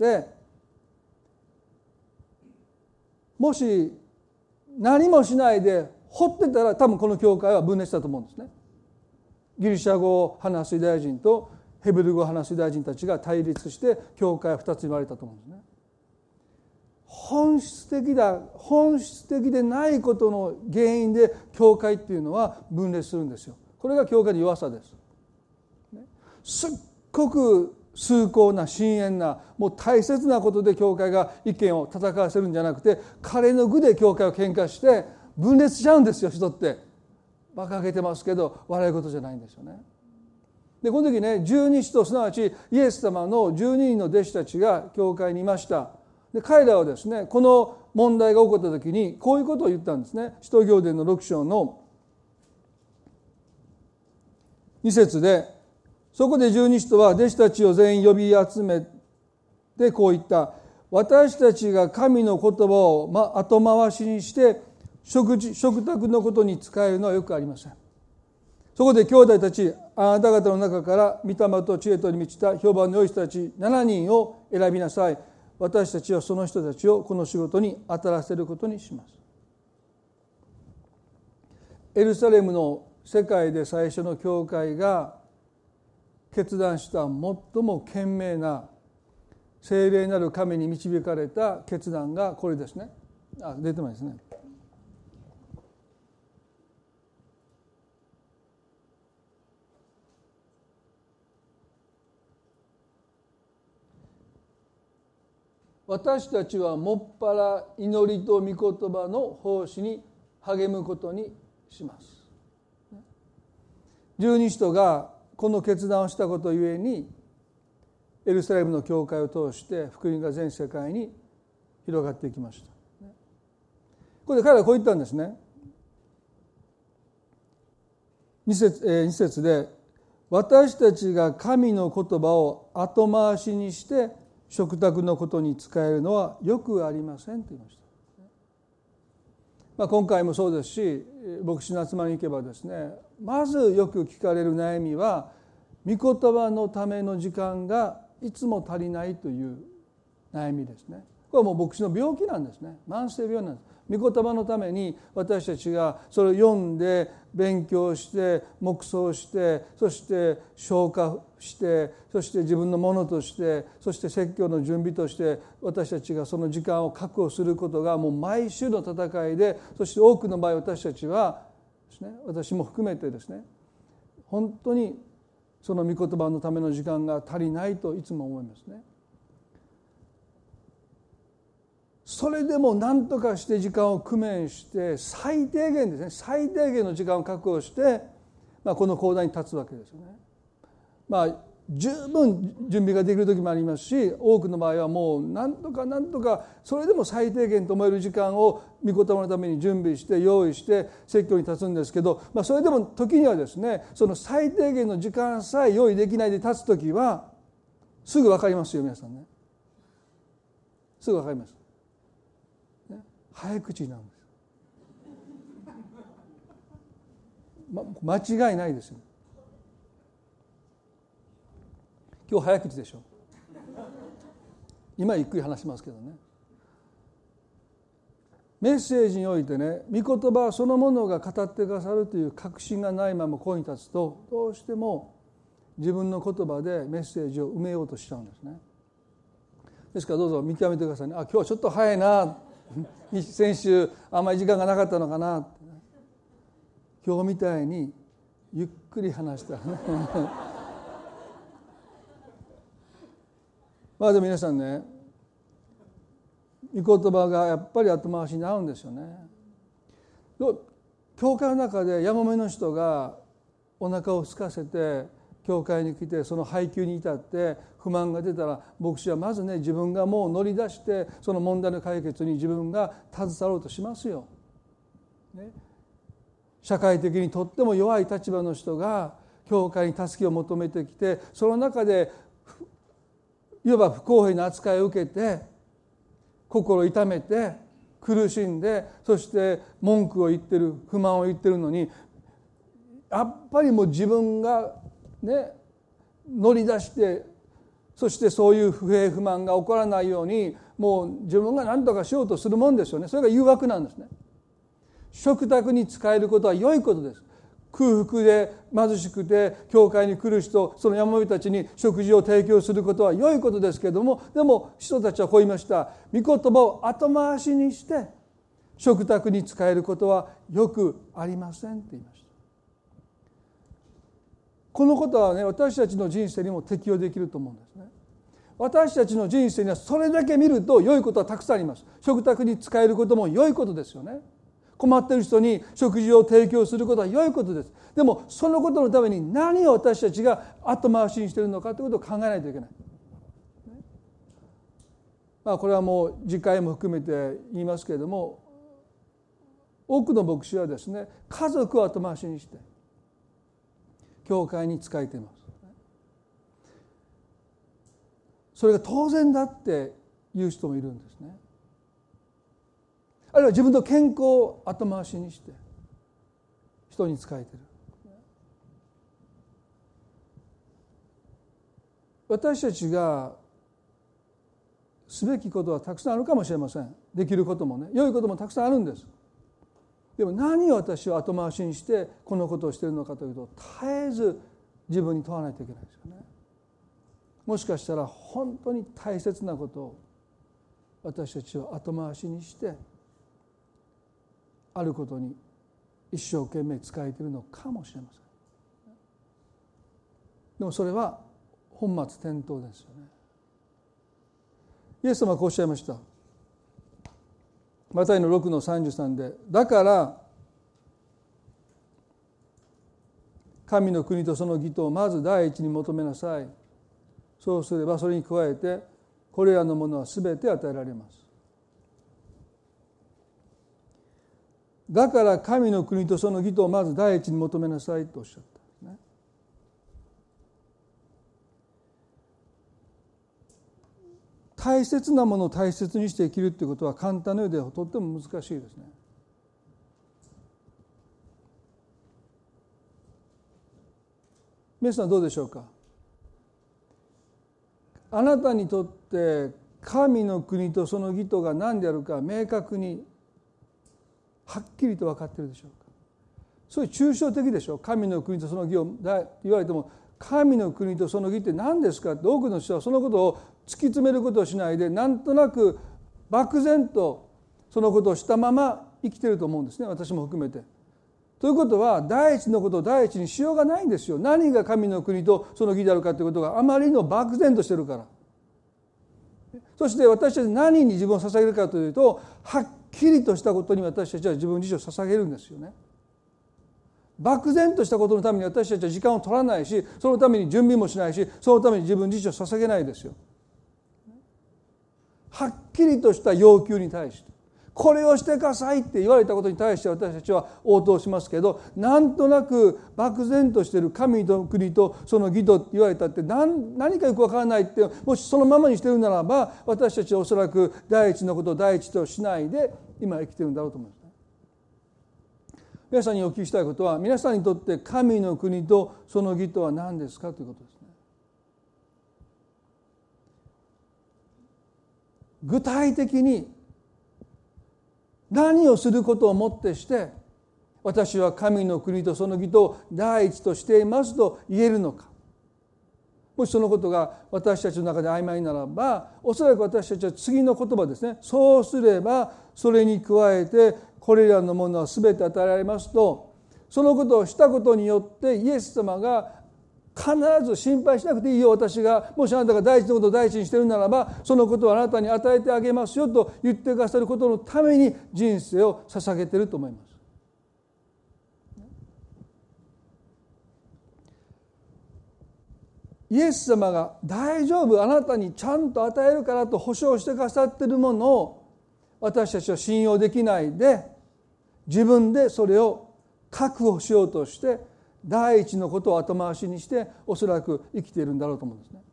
もし何もしないで放ってたら、多分この教会は分裂したと思うんですね。ギリシャ語を話すユダヤ人とヘブル語を話すユダヤ人たちが対立して教会は2つに割れたと思うんですね。本質的でないことの原因で教会っていうのは分裂するんですよ。これが教会の弱さです。すっごく崇高な深遠なもう大切なことで教会が意見を戦わせるんじゃなくて、彼の具で教会を喧嘩して分裂しちゃうんですよ。人って馬鹿げてますけど笑い事じゃないんですよね。でこの時ね、十二使徒、すなわちイエス様の12人の弟子たちが教会にいました。で彼らはですね、この問題が起こった時にこういうことを言ったんですね。使徒行伝の6章の2節で、そこで十二使徒は弟子たちを全員呼び集めてこう言った。私たちが神の言葉を後回しにして食卓のことに使えるのはよくありません。そこで兄弟たち、あなた方の中から御霊と知恵とに満ちた評判の良い人たち7人を選びなさい。私たちはその人たちをこの仕事に当たらせることにします。エルサレムの世界で最初の教会が決断した最も賢明な聖霊なる神に導かれた決断がこれですね。出てますね。私たちはもっぱら祈りと御言葉の奉仕に励むことにします。十二使徒がこの決断をしたことゆえに、エルサレムの教会を通して福音が全世界に広がっていきました。これで彼らはこう言ったんですね。2節で、私たちが神の言葉を後回しにして食卓のことに使えるのはよくありませんと言いました。今回もそうですし、牧師の集まりに行けばですね、まずよく聞かれる悩みは、御言葉のための時間がいつも足りないという悩みですね。これはもう牧師の病気なんですね。慢性病なんです。御言葉のために私たちがそれを読んで勉強して黙想して、そして消化して、そして自分のものとして、そして説教の準備として私たちがその時間を確保することがもう毎週の戦いで、そして多くの場合私たちはですね、私も含めてですね、本当にその御言葉のための時間が足りないといつも思いますね。それでも何とかして時間を工面して最低限ですね、最低限の時間を確保して、この講談に立つわけですよね。十分準備ができる時もありますし、多くの場合はもう何とかそれでも最低限と思える時間を御言葉のために準備して用意して説教に立つんですけど、それでも時にはですね、その最低限の時間さえ用意できないで立つ時はすぐ分かりますよ、皆さんね。すぐ分かります。早口なんです。間違いないですよ。今日早口でしょ。今ゆっくり話しますけどね。メッセージにおいてね、御言葉そのものが語ってくださるという確信がないままここに立つと、どうしても自分の言葉でメッセージを埋めようとしちゃうんですね。ですからどうぞ見極めてくださいね。今日はちょっと早いな、先週あんまり時間がなかったのかな。今日みたいにゆっくり話したらねまあでも皆さんね、御言葉がやっぱり後回しに合うんですよね。教会の中でやもめの人がお腹を空かせて教会に来て、その配給に至って不満が出たら、牧師はまずね、自分がもう乗り出してその問題の解決に自分が携わろうとしますよ、ね、社会的にとっても弱い立場の人が教会に助けを求めてきて、その中でいわば不公平な扱いを受けて、心を痛めて苦しんで、そして文句を言ってる、不満を言ってるのに、やっぱりもう自分がね乗り出して、そしてそういう不平不満が起こらないようにもう自分が何とかしようとするもんですよね。それが誘惑なんですね。食卓に仕えることは良いことです。空腹で貧しくて教会に来る人、そのやもめたちに食事を提供することは良いことですけれども、でも人たちはこう言いました。御言葉を後回しにして食卓に仕えることはよくありませんって言いました。このことはね、私たちの人生にも適用できると思うんですね。私たちの人生にはそれだけ見ると良いことはたくさんあります。食卓に仕えることも良いことですよね。困っている人に食事を提供することは良いことです。でもそのことのために何を私たちが後回しにしているのかということを考えないといけない。これはもう次回も含めて言いますけれども、多くの牧師はですね、家族を後回しにして教会に仕えています。それが当然だって言う人もいるんですね。あるいは自分の健康を後回しにして人に仕えている。私たちがすべきことはたくさんあるかもしれません。できることもね、良いこともたくさんあるんです。でも何を私は後回しにしてこのことをしているのかというと、絶えず自分に問わないといけないですよね。もしかしたら本当に大切なことを私たちは後回しにしてあることに一生懸命仕えているのかもしれません。でもそれは本末転倒ですよね。イエス様はこうおっしゃいました。マタイの6の33で、だから神の国とその義とをまず第一に求めなさい。そうすればそれに加えてこれらのものはすべて与えられます。だから神の国とその義とをまず第一に求めなさいとおっしゃったんですね。大切なものを大切にして生きるということは簡単なようでとっても難しいですね。皆さんどうでしょうか。あなたにとって神の国とその義とが何であるか明確にはっきりと分かっているでしょうか。そういう抽象的でしょう。神の国とその義を言われても、神の国とその義って何ですかって、多くの人はそのことを突き詰めることをしないで、なんとなく漠然とそのことをしたまま生きていると思うんですね。私も含めて。ということは第一のことを第一にしようがないんですよ。何が神の国とその義であるかということがあまりの漠然としているから。そして私たち何に自分を捧げるかというと、はっきりとしたことに私たちは自分自身を捧げるんですよね。漠然としたことのために私たちは時間を取らないし、そのために準備もしないし、そのために自分自身を捧げないですよ。はっきりとした要求に対して、これをしてくださいって言われたことに対して私たちは応答しますけど、なんとなく漠然としている神の国とその義と言われたって何かよくわからないって、もしそのままにしているならば、私たちはおそらく第一のことを第一としないで今生きているんだろうと思います。皆さんにお聞きしたいことは、皆さんにとって神の国とその義とは何ですかということですね。具体的に何をすることをもってして私は神の国とその義と第一としていますと言えるのか。もしそのことが私たちの中で曖昧ならば、おそらく私たちは次の言葉ですね。そうすればそれに加えてこれらのものは全て与えられますと、 そのことをしたことによってイエス様が必ず心配しなくていいよ、私がもしあなたが第一のことを第一にしているならばそのことをあなたに与えてあげますよと言ってくださることのために人生を捧げていると思います。イエス様が大丈夫、あなたにちゃんと与えるからと保証してくださっているものを私たちは信用できないで、自分でそれを確保しようとして第一のことを後回しにしておそらく生きているんだろうと思うんですね。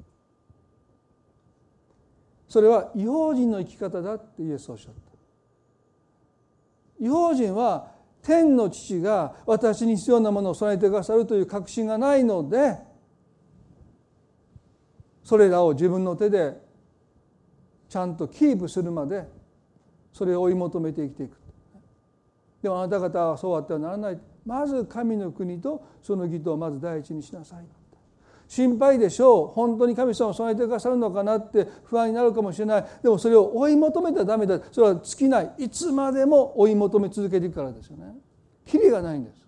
それは異邦人の生き方だってイエスはおっしゃった。異邦人は天の父が私に必要なものを備えてくださるという確信がないので、それらを自分の手でちゃんとキープするまでそれを追い求めて生きていく。でもあなた方はそうあってはならない。まず神の国とその義とをまず第一にしなさい。心配でしょう。本当に神様を備えてくださるのかなって不安になるかもしれない。でもそれを追い求めたらダメだ。それは尽きない。いつまでも追い求め続けていくからですよね。きりがないんです。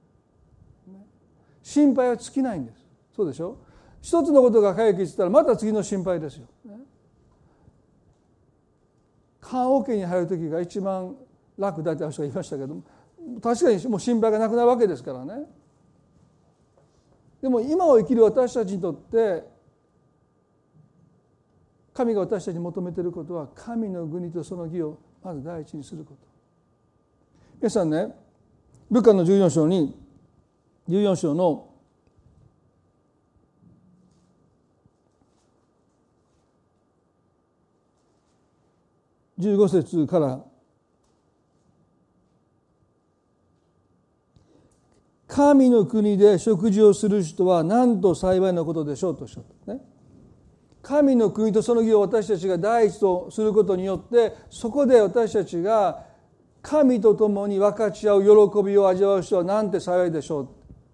心配は尽きないんです。そうでしょ。一つのことが解決したらまた次の心配ですよ。棺桶に入る時が一番楽だって人が言いましたけども、確かにもう心配がなくなるわけですからね。でも今を生きる私たちにとって神が私たちに求めていることは神の国とその義をまず第一にすること。皆さんね、ルカの14章の15節から神の国で食事をする人はなんと幸いなことでしょうとおっしゃったね。神の国とその義を私たちが第一とすることによってそこで私たちが神と共に分かち合う喜びを味わう人はなんて幸いでしょう。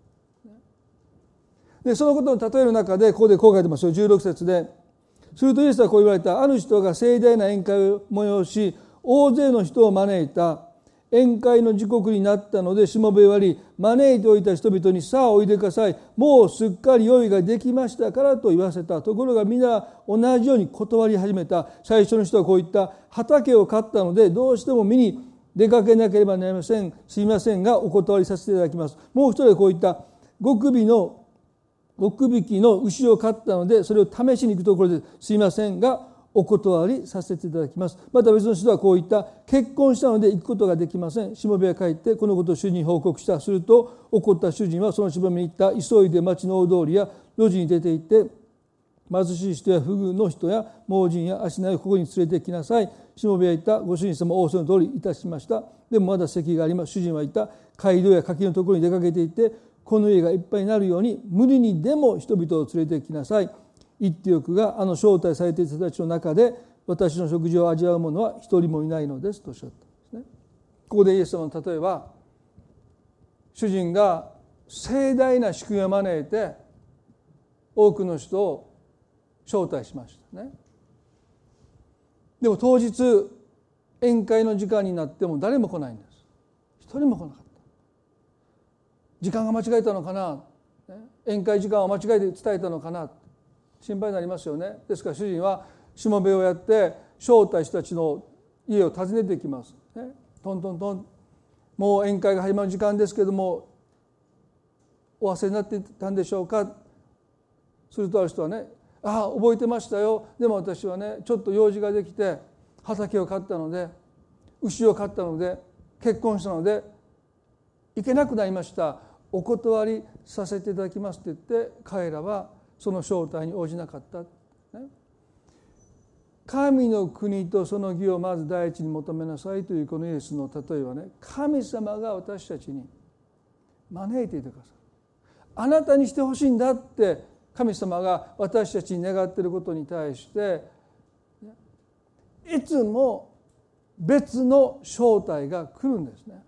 でそのことの例えの中でこう書いてますよ。16節でするとイエスはこう言われた。ある人が盛大な宴会を催し大勢の人を招いた。宴会の時刻になったのでしもべを割り招いておいた人々にさあおいでください、もうすっかり用意ができましたからと言わせた。ところが皆同じように断り始めた。最初の人はこう言った。畑を買ったのでどうしても見に出かけなければなりません。すいませんがお断りさせていただきます。もう一人はこう言った。極引きの牛を買ったのでそれを試しに行くところですいませんがお断りさせていただきます。また別の人はこう言った。結婚したので行くことができません。しもべは帰ってこのことを主人に報告した。すると怒った主人はそのしもべに言った。急いで町の大通りや路地に出て行って貧しい人や不遇の人や盲人や足ないをここに連れてきなさい。しもべは言った。ご主人様、仰せの通りいたしました。でもまだ席があります。主人は言った。街道や柿のところに出かけていってこの家がいっぱいになるように無理にでも人々を連れてきなさい。言っておくがあの招待されている人たちの中で私の食事を味わう者は一人もいないのですとおっしゃったんですね。ここでイエス様の例えは主人が盛大な祝宴を招いて多くの人を招待しましたね。でも当日宴会の時間になっても誰も来ないんです。一人も来なかった。時間が間違えたのかな、宴会時間を間違えて伝えたのかな、心配になりますよね。ですから主人はしもべをやって招待人たちの家を訪ねていきます、ね、トントントン、もう宴会が始まる時間ですけどもお忘れになっていたんでしょうか。するとある人はね、ああ覚えてましたよ、でも私はねちょっと用事ができて畑を買ったので牛を買ったので結婚したので行けなくなりました、お断りさせていただきますと言って彼らはその招待に応じなかった、ね、神の国とその義をまず第一に求めなさいというこのイエスの例えはね、神様が私たちに招いていてくださる。あなたにしてほしいんだって神様が私たちに願っていることに対していつも別の招待が来るんですね。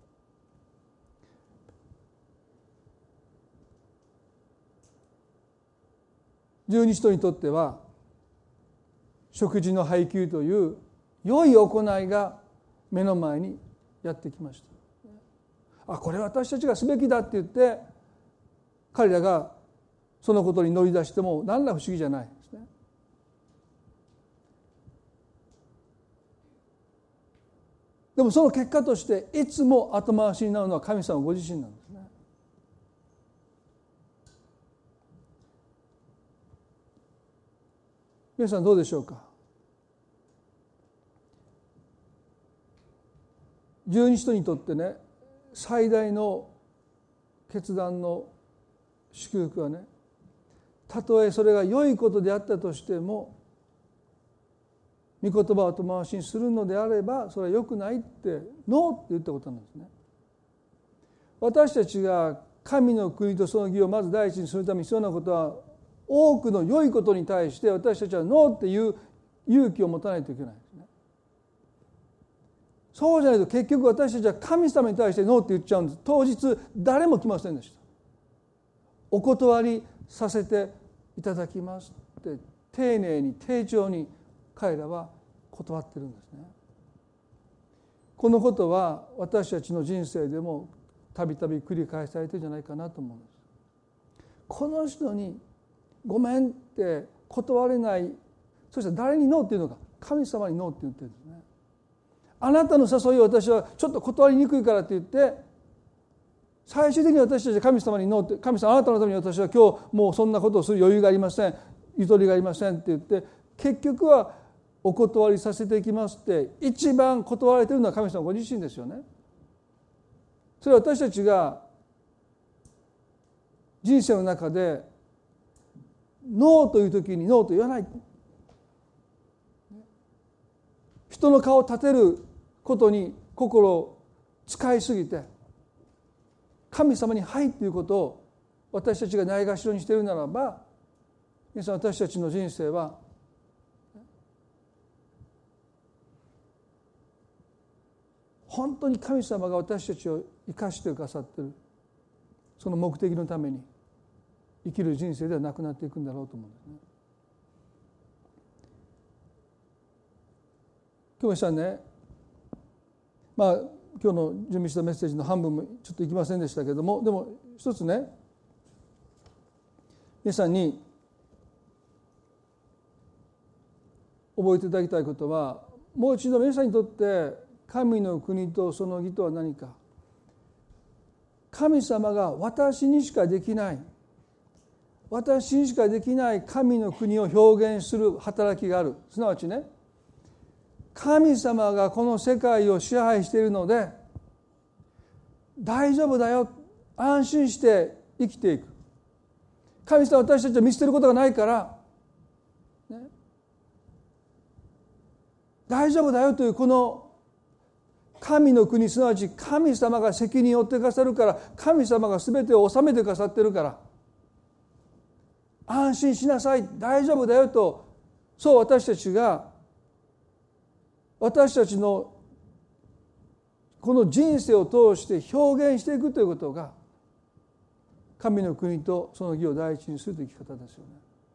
十二使徒にとっては食事の配給という良い行いが目の前にやってきました。 これは私たちがすべきだって言って彼らがそのことに乗り出しても何ら不思議じゃないですね。でもその結果としていつも後回しになるのは神様ご自身なんですね。皆さんどうでしょうか。十二使徒にとってね、最大の決断の祝福はね、たとえそれが良いことであったとしても御言葉を後回しにするのであればそれは良くないってノーって言ったことなんですね。私たちが神の国とその義をまず第一にするために必要なことは、多くの良いことに対して私たちはノーっていう勇気を持たないといけないですね。そうじゃないと結局私たちは神様に対してノーって言っちゃうんです。当日誰も来ませんでした。お断りさせていただきますって丁寧に丁重に彼らは断ってるんですね。このことは私たちの人生でもたびたび繰り返されてるんじゃないかなと思うんです。この人にごめんって断れない、そして誰にノーっていうのか、神様にノーって言ってるんですね。あなたの誘いを私はちょっと断りにくいからって言って最終的に私たちは神様にノーって、神様あなたのために私は今日もうそんなことをする余裕がありません、ゆとりがありませんって言って結局はお断りさせていきますって一番断られているのは神様ご自身ですよね。それは私たちが人生の中でノーという時にノーと言わない、人の顔を立てることに心を使いすぎて神様にはいということを私たちがないがしろにしているならば、皆さん私たちの人生は本当に神様が私たちを生かしてくださっているその目的のために生きる人生ではなくなっていくんだろうと思うんですね。今日したね、今日の準備したメッセージの半分もちょっといきませんでしたけれども、でも一つね、皆さんに覚えていただきたいことは、もう一度皆さんにとって神の国とその義とは何か。神様が私にしかできない、私にしかできない神の国を表現する働きがある。すなわちね、神様がこの世界を支配しているので大丈夫だよ、安心して生きていく。神様は私たちを見捨てることがないから、ね、大丈夫だよというこの神の国、すなわち神様が責任を負ってくださるから、神様が全てを治めてくださっているから安心しなさい、大丈夫だよと、そう私たちが私たちのこの人生を通して表現していくということが神の国とその義を第一にするという生き方ですよね。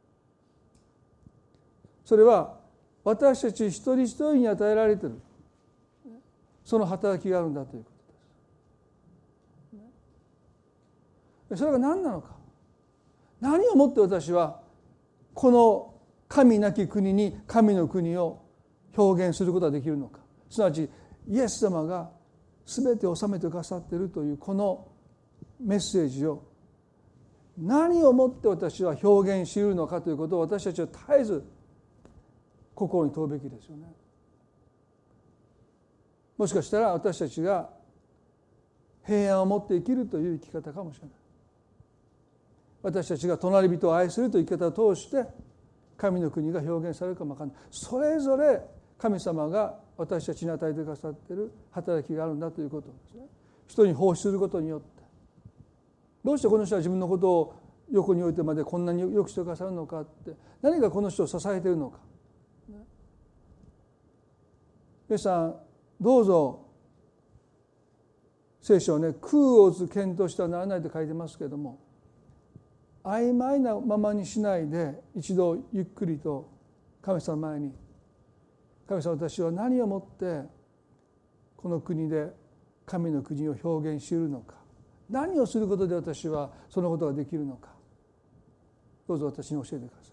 それは私たち一人一人に与えられているその働きがあるんだということです。それが何なのか、何をもって私はこの神なき国に神の国を表現することができるのか、すなわちイエス様が全てを治めてくださっているというこのメッセージを何をもって私は表現し得るのかということを私たちは絶えず心に問うべきですよね。もしかしたら私たちが平安を持って生きるという生き方かもしれない。私たちが隣人を愛するという生き方を通して神の国が表現されるかもわからない。それぞれ神様が私たちに与えてくださっている働きがあるんだということですね。人に奉仕することによって、どうしてこの人は自分のことを横に置いてまでこんなによくしてくださるのかって、何がこの人を支えているのか。皆さんどうぞ聖書をね、空を打つ剣としてはならないと書いてますけれども、曖昧なままにしないで一度ゆっくりと神様の前に、神様、私は何をもってこの国で神の国を表現し得るのか、何をすることで私はそのことができるのか、どうぞ私に教えてください。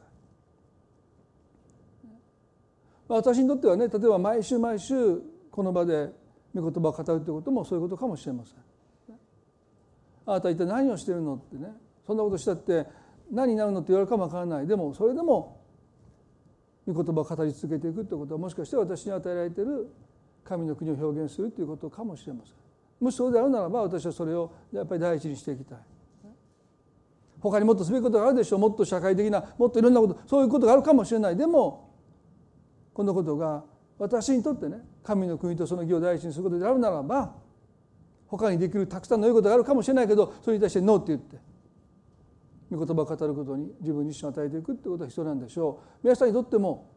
私にとってはね、例えば毎週毎週この場で御言葉を語るということもそういうことかもしれません。あなた一体何をしているのってね、そんなことしたって何になるのって言われるかもわからない。でもそれでも御言葉を語り続けていくということは、もしかして私に与えられている神の国を表現するということかもしれません。もしそうであるならば、私はそれをやっぱり第一にしていきたい。他にもっとすべきことがあるでしょう。もっと社会的な、もっといろんなこと、そういうことがあるかもしれない。でもこのことが私にとってね、神の国とその義を第一にすることであるならば、他にできるたくさんの良いことがあるかもしれないけど、それに対してノーって言って御言葉を語ることに自分自身を与えていくということが必要なんでしょう。皆さんにとっても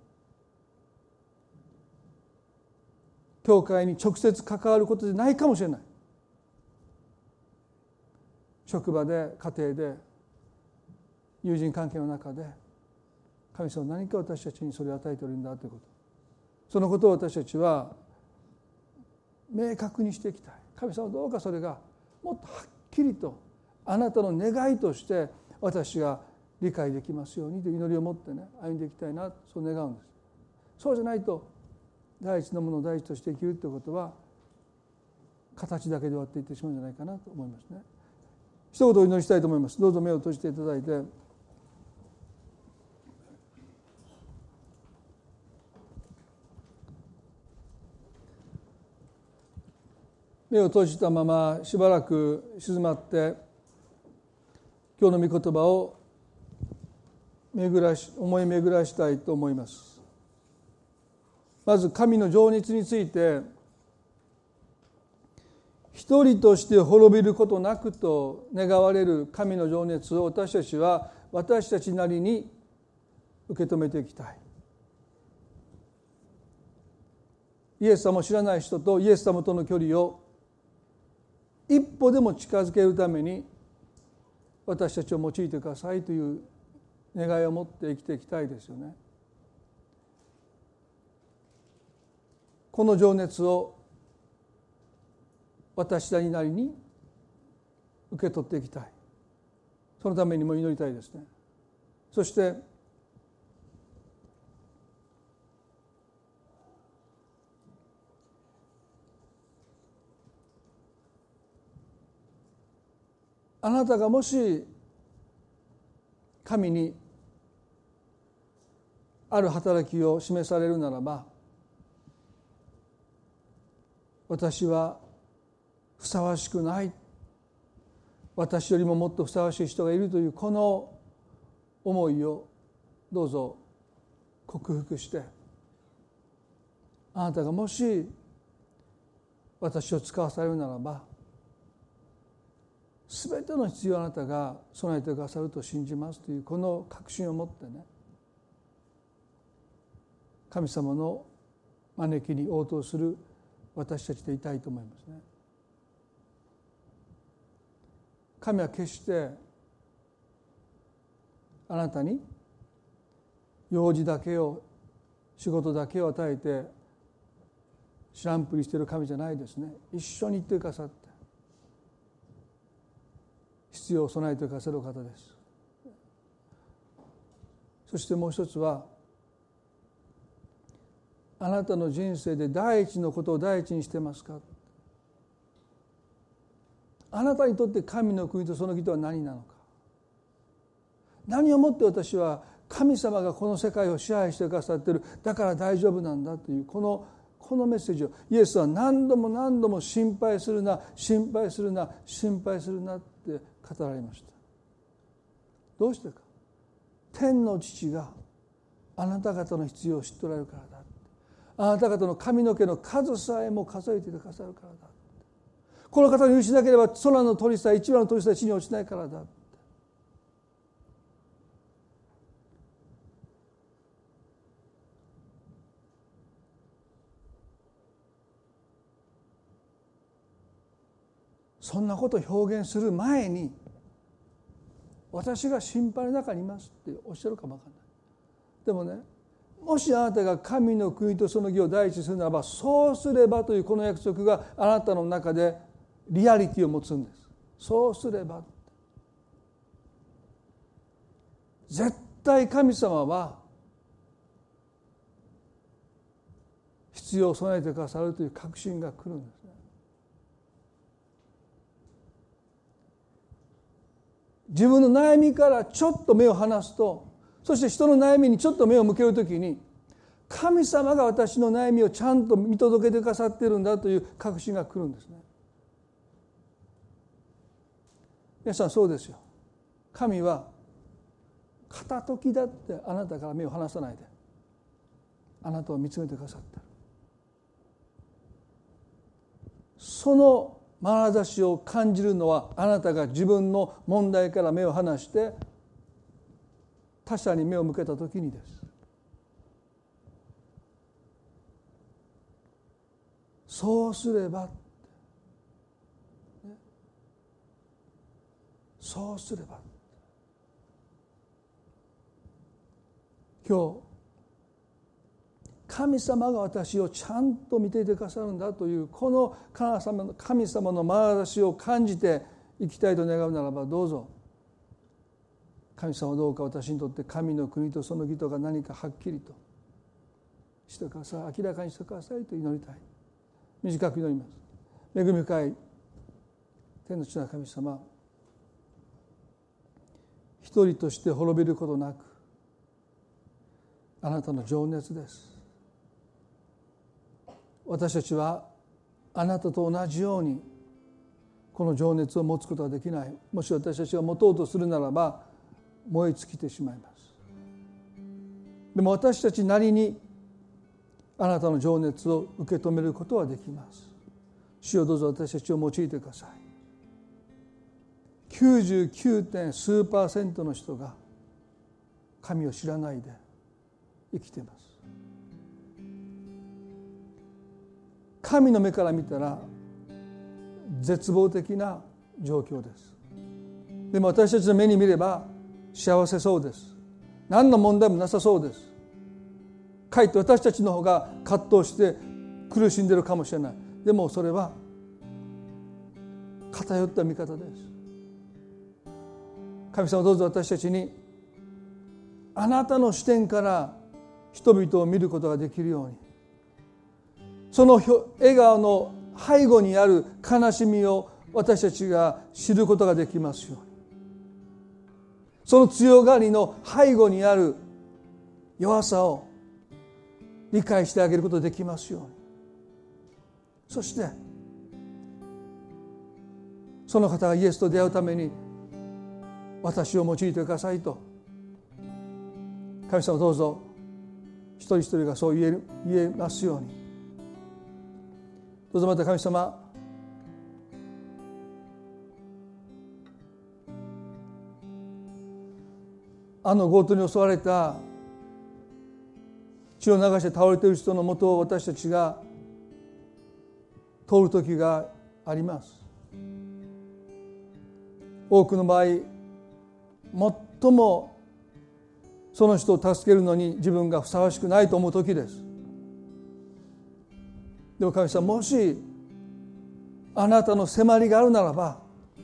教会に直接関わることでないかもしれない。職場で、家庭で、友人関係の中で、神様は何か私たちにそれを与えているんだということ、そのことを私たちは明確にしていきたい。神様はどうかそれがもっとはっきりとあなたの願いとして私が理解できますようにという祈りを持ってね、歩んでいきたいな、そう願うんです。そうじゃないと第一のものを第一として生きるということは形だけで終わっていってしまうんじゃないかなと思いますね。一言お祈りしたいと思います。どうぞ目を閉じていただいて、目を閉じたまましばらく静まって今日の御言葉を思い巡らしたいと思います。まず神の情熱について、一人として滅びることなくと願われる神の情熱を私たちは私たちなりに受け止めていきたい。イエス様を知らない人とイエス様との距離を一歩でも近づけるために私たちを用いてくださいという願いを持って生きていきたいですよね。この情熱を私らなりに受け取っていきたい。そのためにも祈りたいですね。そしてあなたがもし神にある働きを示されるならば、私はふさわしくない、私よりももっとふさわしい人がいるというこの思いをどうぞ克服して、あなたがもし私を使わされるならば、すべての必要をあなたが備えてくださると信じますというこの確信を持ってね、神様の招きに応答する私たちでいたいと思いますね。神は決してあなたに用事だけを、仕事だけを与えて知らんぷりしている神じゃないですね。一緒に行ってくださって必要を備えてくださる方です。そしてもう一つは、あなたの人生で第一のことを第一にしてますか。あなたにとって神の国とその義とは何なのか。何をもって私は神様がこの世界を支配してくださっている、だから大丈夫なんだというこのメッセージをイエスは何度も何度も心配するな、心配するな、心配するなって語られました。どうしてか。天の父があなた方の必要を知っておられるからだ。あなた方の髪の毛の数さえも数えてくださるからだ。この方に許しなければ空の鳥さえ一羽の鳥さえ地に落ちないからだ。そんなことを表現する前に、私が心配の中にいますっておっしゃるかもわからない。でもね、もしあなたが神の国とその義を第一にするならば、そうすればというこの約束があなたの中でリアリティを持つんです。そうすれば絶対神様は必要を備えてくださるという確信が来るんですね。自分の悩みからちょっと目を離すと、そして人の悩みにちょっと目を向けるときに、神様が私の悩みをちゃんと見届けてくださっているんだという確信が来るんですね。皆さんそうですよ。神は片時だってあなたから目を離さないであなたを見つめてくださっている。その眼差しを感じるのは、あなたが自分の問題から目を離して他者に目を向けたときにです。そうすれば、そうすれば、今日神様が私をちゃんと見ていてくださるんだという、この神様の眼差しを感じて生きたいと願うならば、どうぞ神様、どうか私にとって神の国とその義とが何かはっきりとしてください、明らかにしてくださいと祈りたい。短く祈ります。恵み深い天の父なる神様、一人として滅びることなく、あなたの情熱です。私たちはあなたと同じようにこの情熱を持つことができない。もし私たちが持とうとするならば燃え尽きてしまいます。でも私たちなりにあなたの情熱を受け止めることはできます。主よ、どうぞ私たちを用いてください。99. 数%の人が神を知らないで生きています。神の目から見たら絶望的な状況です。でも私たちの目に見れば幸せそうです。何の問題もなさそうです。かえって私たちの方が葛藤して苦しんでいるかもしれない。でもそれは偏った見方です。神様、どうぞ私たちにあなたの視点から人々を見ることができるように、その笑顔の背後にある悲しみを私たちが知ることができますように、その強がりの背後にある弱さを理解してあげることができますように、そしてその方がイエスと出会うために私を用いてくださいと、神様、どうぞ一人一人がそう言えますように。どうぞまた神様、あの強盗に襲われた血を流して倒れている人のもとを私たちが通る時があります。多くの場合、最もその人を助けるのに自分がふさわしくないと思う時です。でも神様、もしあなたの迫りがあるならば、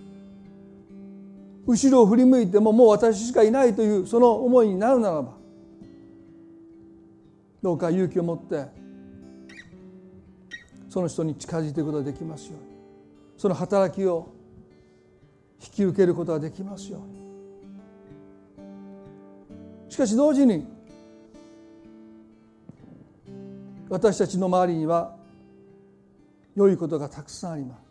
後ろを振り向いてももう私しかいないというその思いになるならば、どうか勇気を持ってその人に近づいていくことができますように、その働きを引き受けることができますように。しかし同時に私たちの周りには良いことがたくさんあります。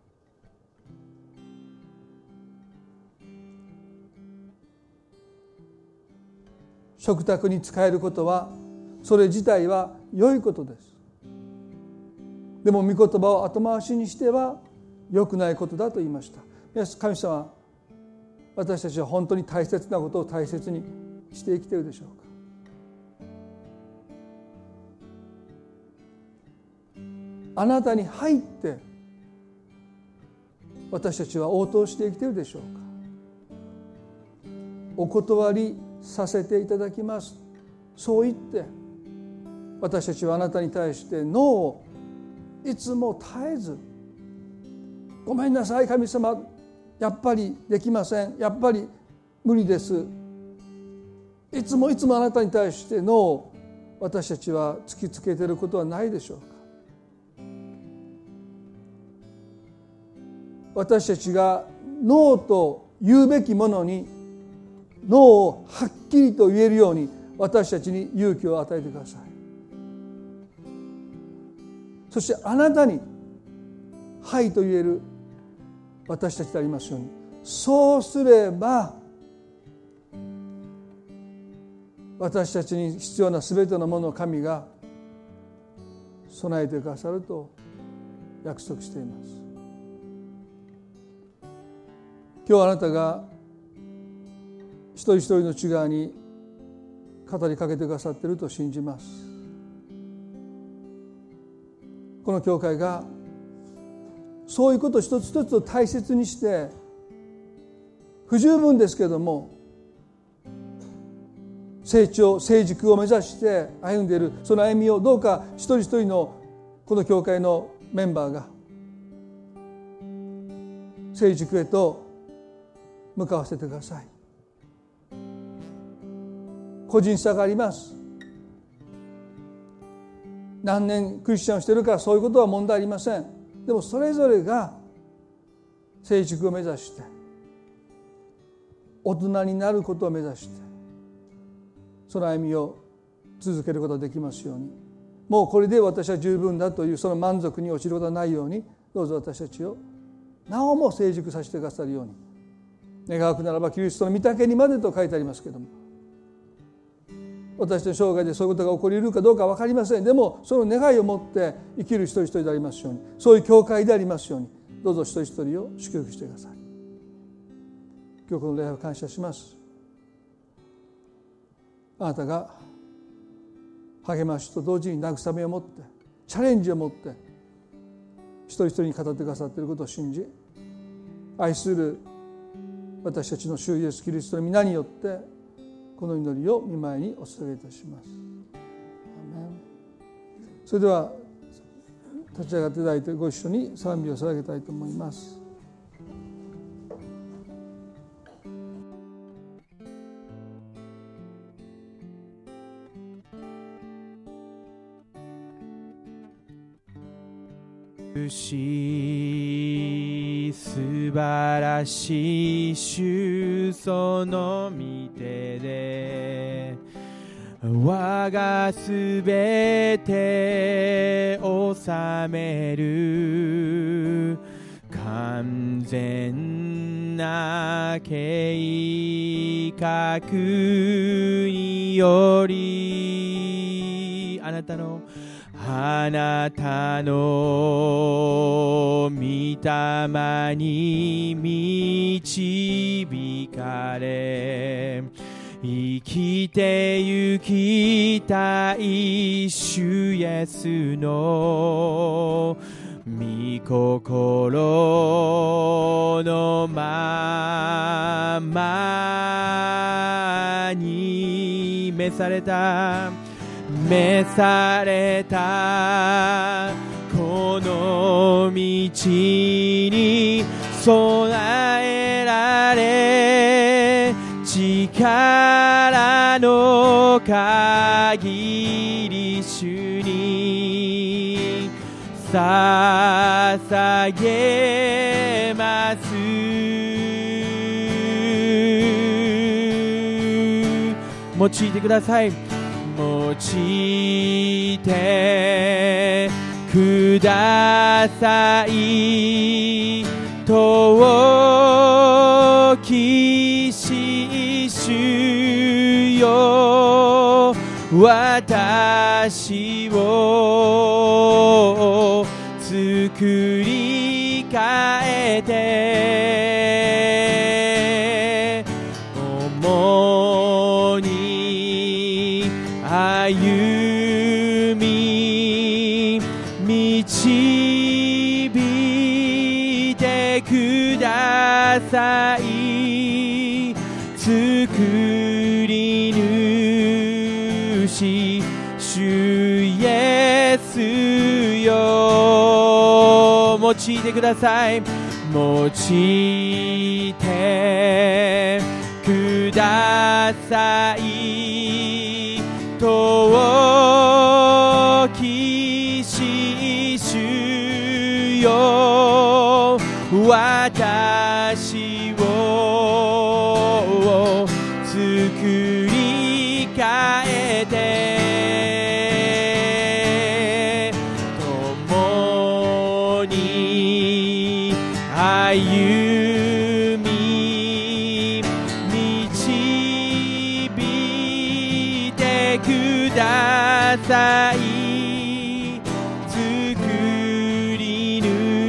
食卓に使えることは、それ自体は良いことです。でも御言葉を後回しにしては良くないことだと言いました。神様、私たちは本当に大切なことを大切にして生きているでしょうか。あなたに入って私たちは応答して生きているでしょうか。お断りさせていただきます、そう言って私たちはあなたに対してノーをいつも絶えずごめんなさい神様、やっぱりできません、やっぱり無理です、いつもあなたに対してノーを私たちは突きつけていることはないでしょうか。私たちがノーと言うべきものにノーをはっきりと言えるように私たちに勇気を与えてください。そしてあなたにはいと言える私たちでありますように、そうすれば私たちに必要なすべてのものを神が備えてくださると約束しています。今日あなたが一人一人の内側に語りかけてくださっていると信じます。この教会がそういうことを一つ一つを大切にして、不十分ですけれども成長成熟を目指して歩んでいる、その歩みをどうか一人一人のこの教会のメンバーが成熟へと向かわせてください。個人差があります。何年クリスチャンをしているからそういうことは問題ありません。でもそれぞれが成熟を目指して大人になることを目指してその歩みを続けることができますように、もうこれで私は十分だというその満足に陥ることがないように、どうぞ私たちをなおも成熟させてくださるように。願わくならばキリストの御岳にまでと書いてありますけれども、私の生涯でそういうことが起こり得るかどうか分かりません。でもその願いを持って生きる一人一人でありますように、そういう教会でありますように、どうぞ一人一人を祝福してください。今日この礼拝を感謝します。あなたが励ましと同時に慰めを持ってチャレンジを持って一人一人に語ってくださっていることを信じ、愛する私たちの主イエスキリストの皆によってこの祈りを御前にお捧げいたします。アーメン。それでは立ち上がっていただいてご一緒に賛美を捧げたいと思います。 素晴らしい主、その御手で我がすべて治める完全な計画により、あなたの御霊に導かれ、生きてゆきたい主イエスの御心のままに召されたこの道に備えられ、力の限り主に捧げます。用いてください。用いてください。遠きし主よ、私を作り変えて、共に歩み導いてください。作り主主イエスよ、用いてください。 用いてください。遠きし主よ、私を作り変えて、共に歩み導いてください。作り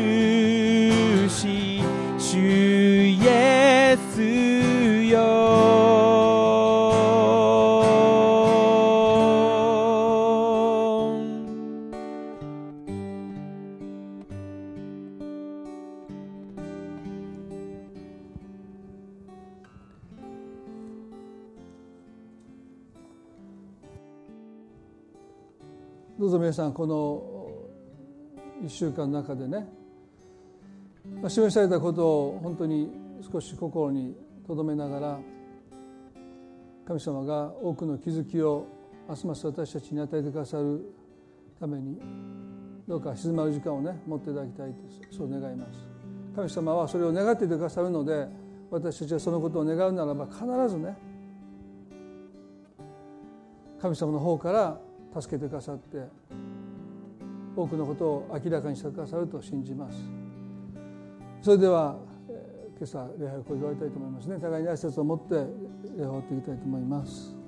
主主イエスよ。 どうぞ皆さん、この1週間の中でね、示されたことを本当に少し心に留めながら、神様が多くの気づきをますます私たちに与えてくださるために、どうか静まる時間をね持っていただきたいと、そう願います。神様はそれを願っていてくださるので、私たちはそのことを願うならば必ずね、神様の方から助けてくださって多くのことを明らかにしてくださると信じます。それでは今朝礼拝をこれで終わりたいと思いますね。互いに挨拶を持って礼拝を終わっていきたいと思います。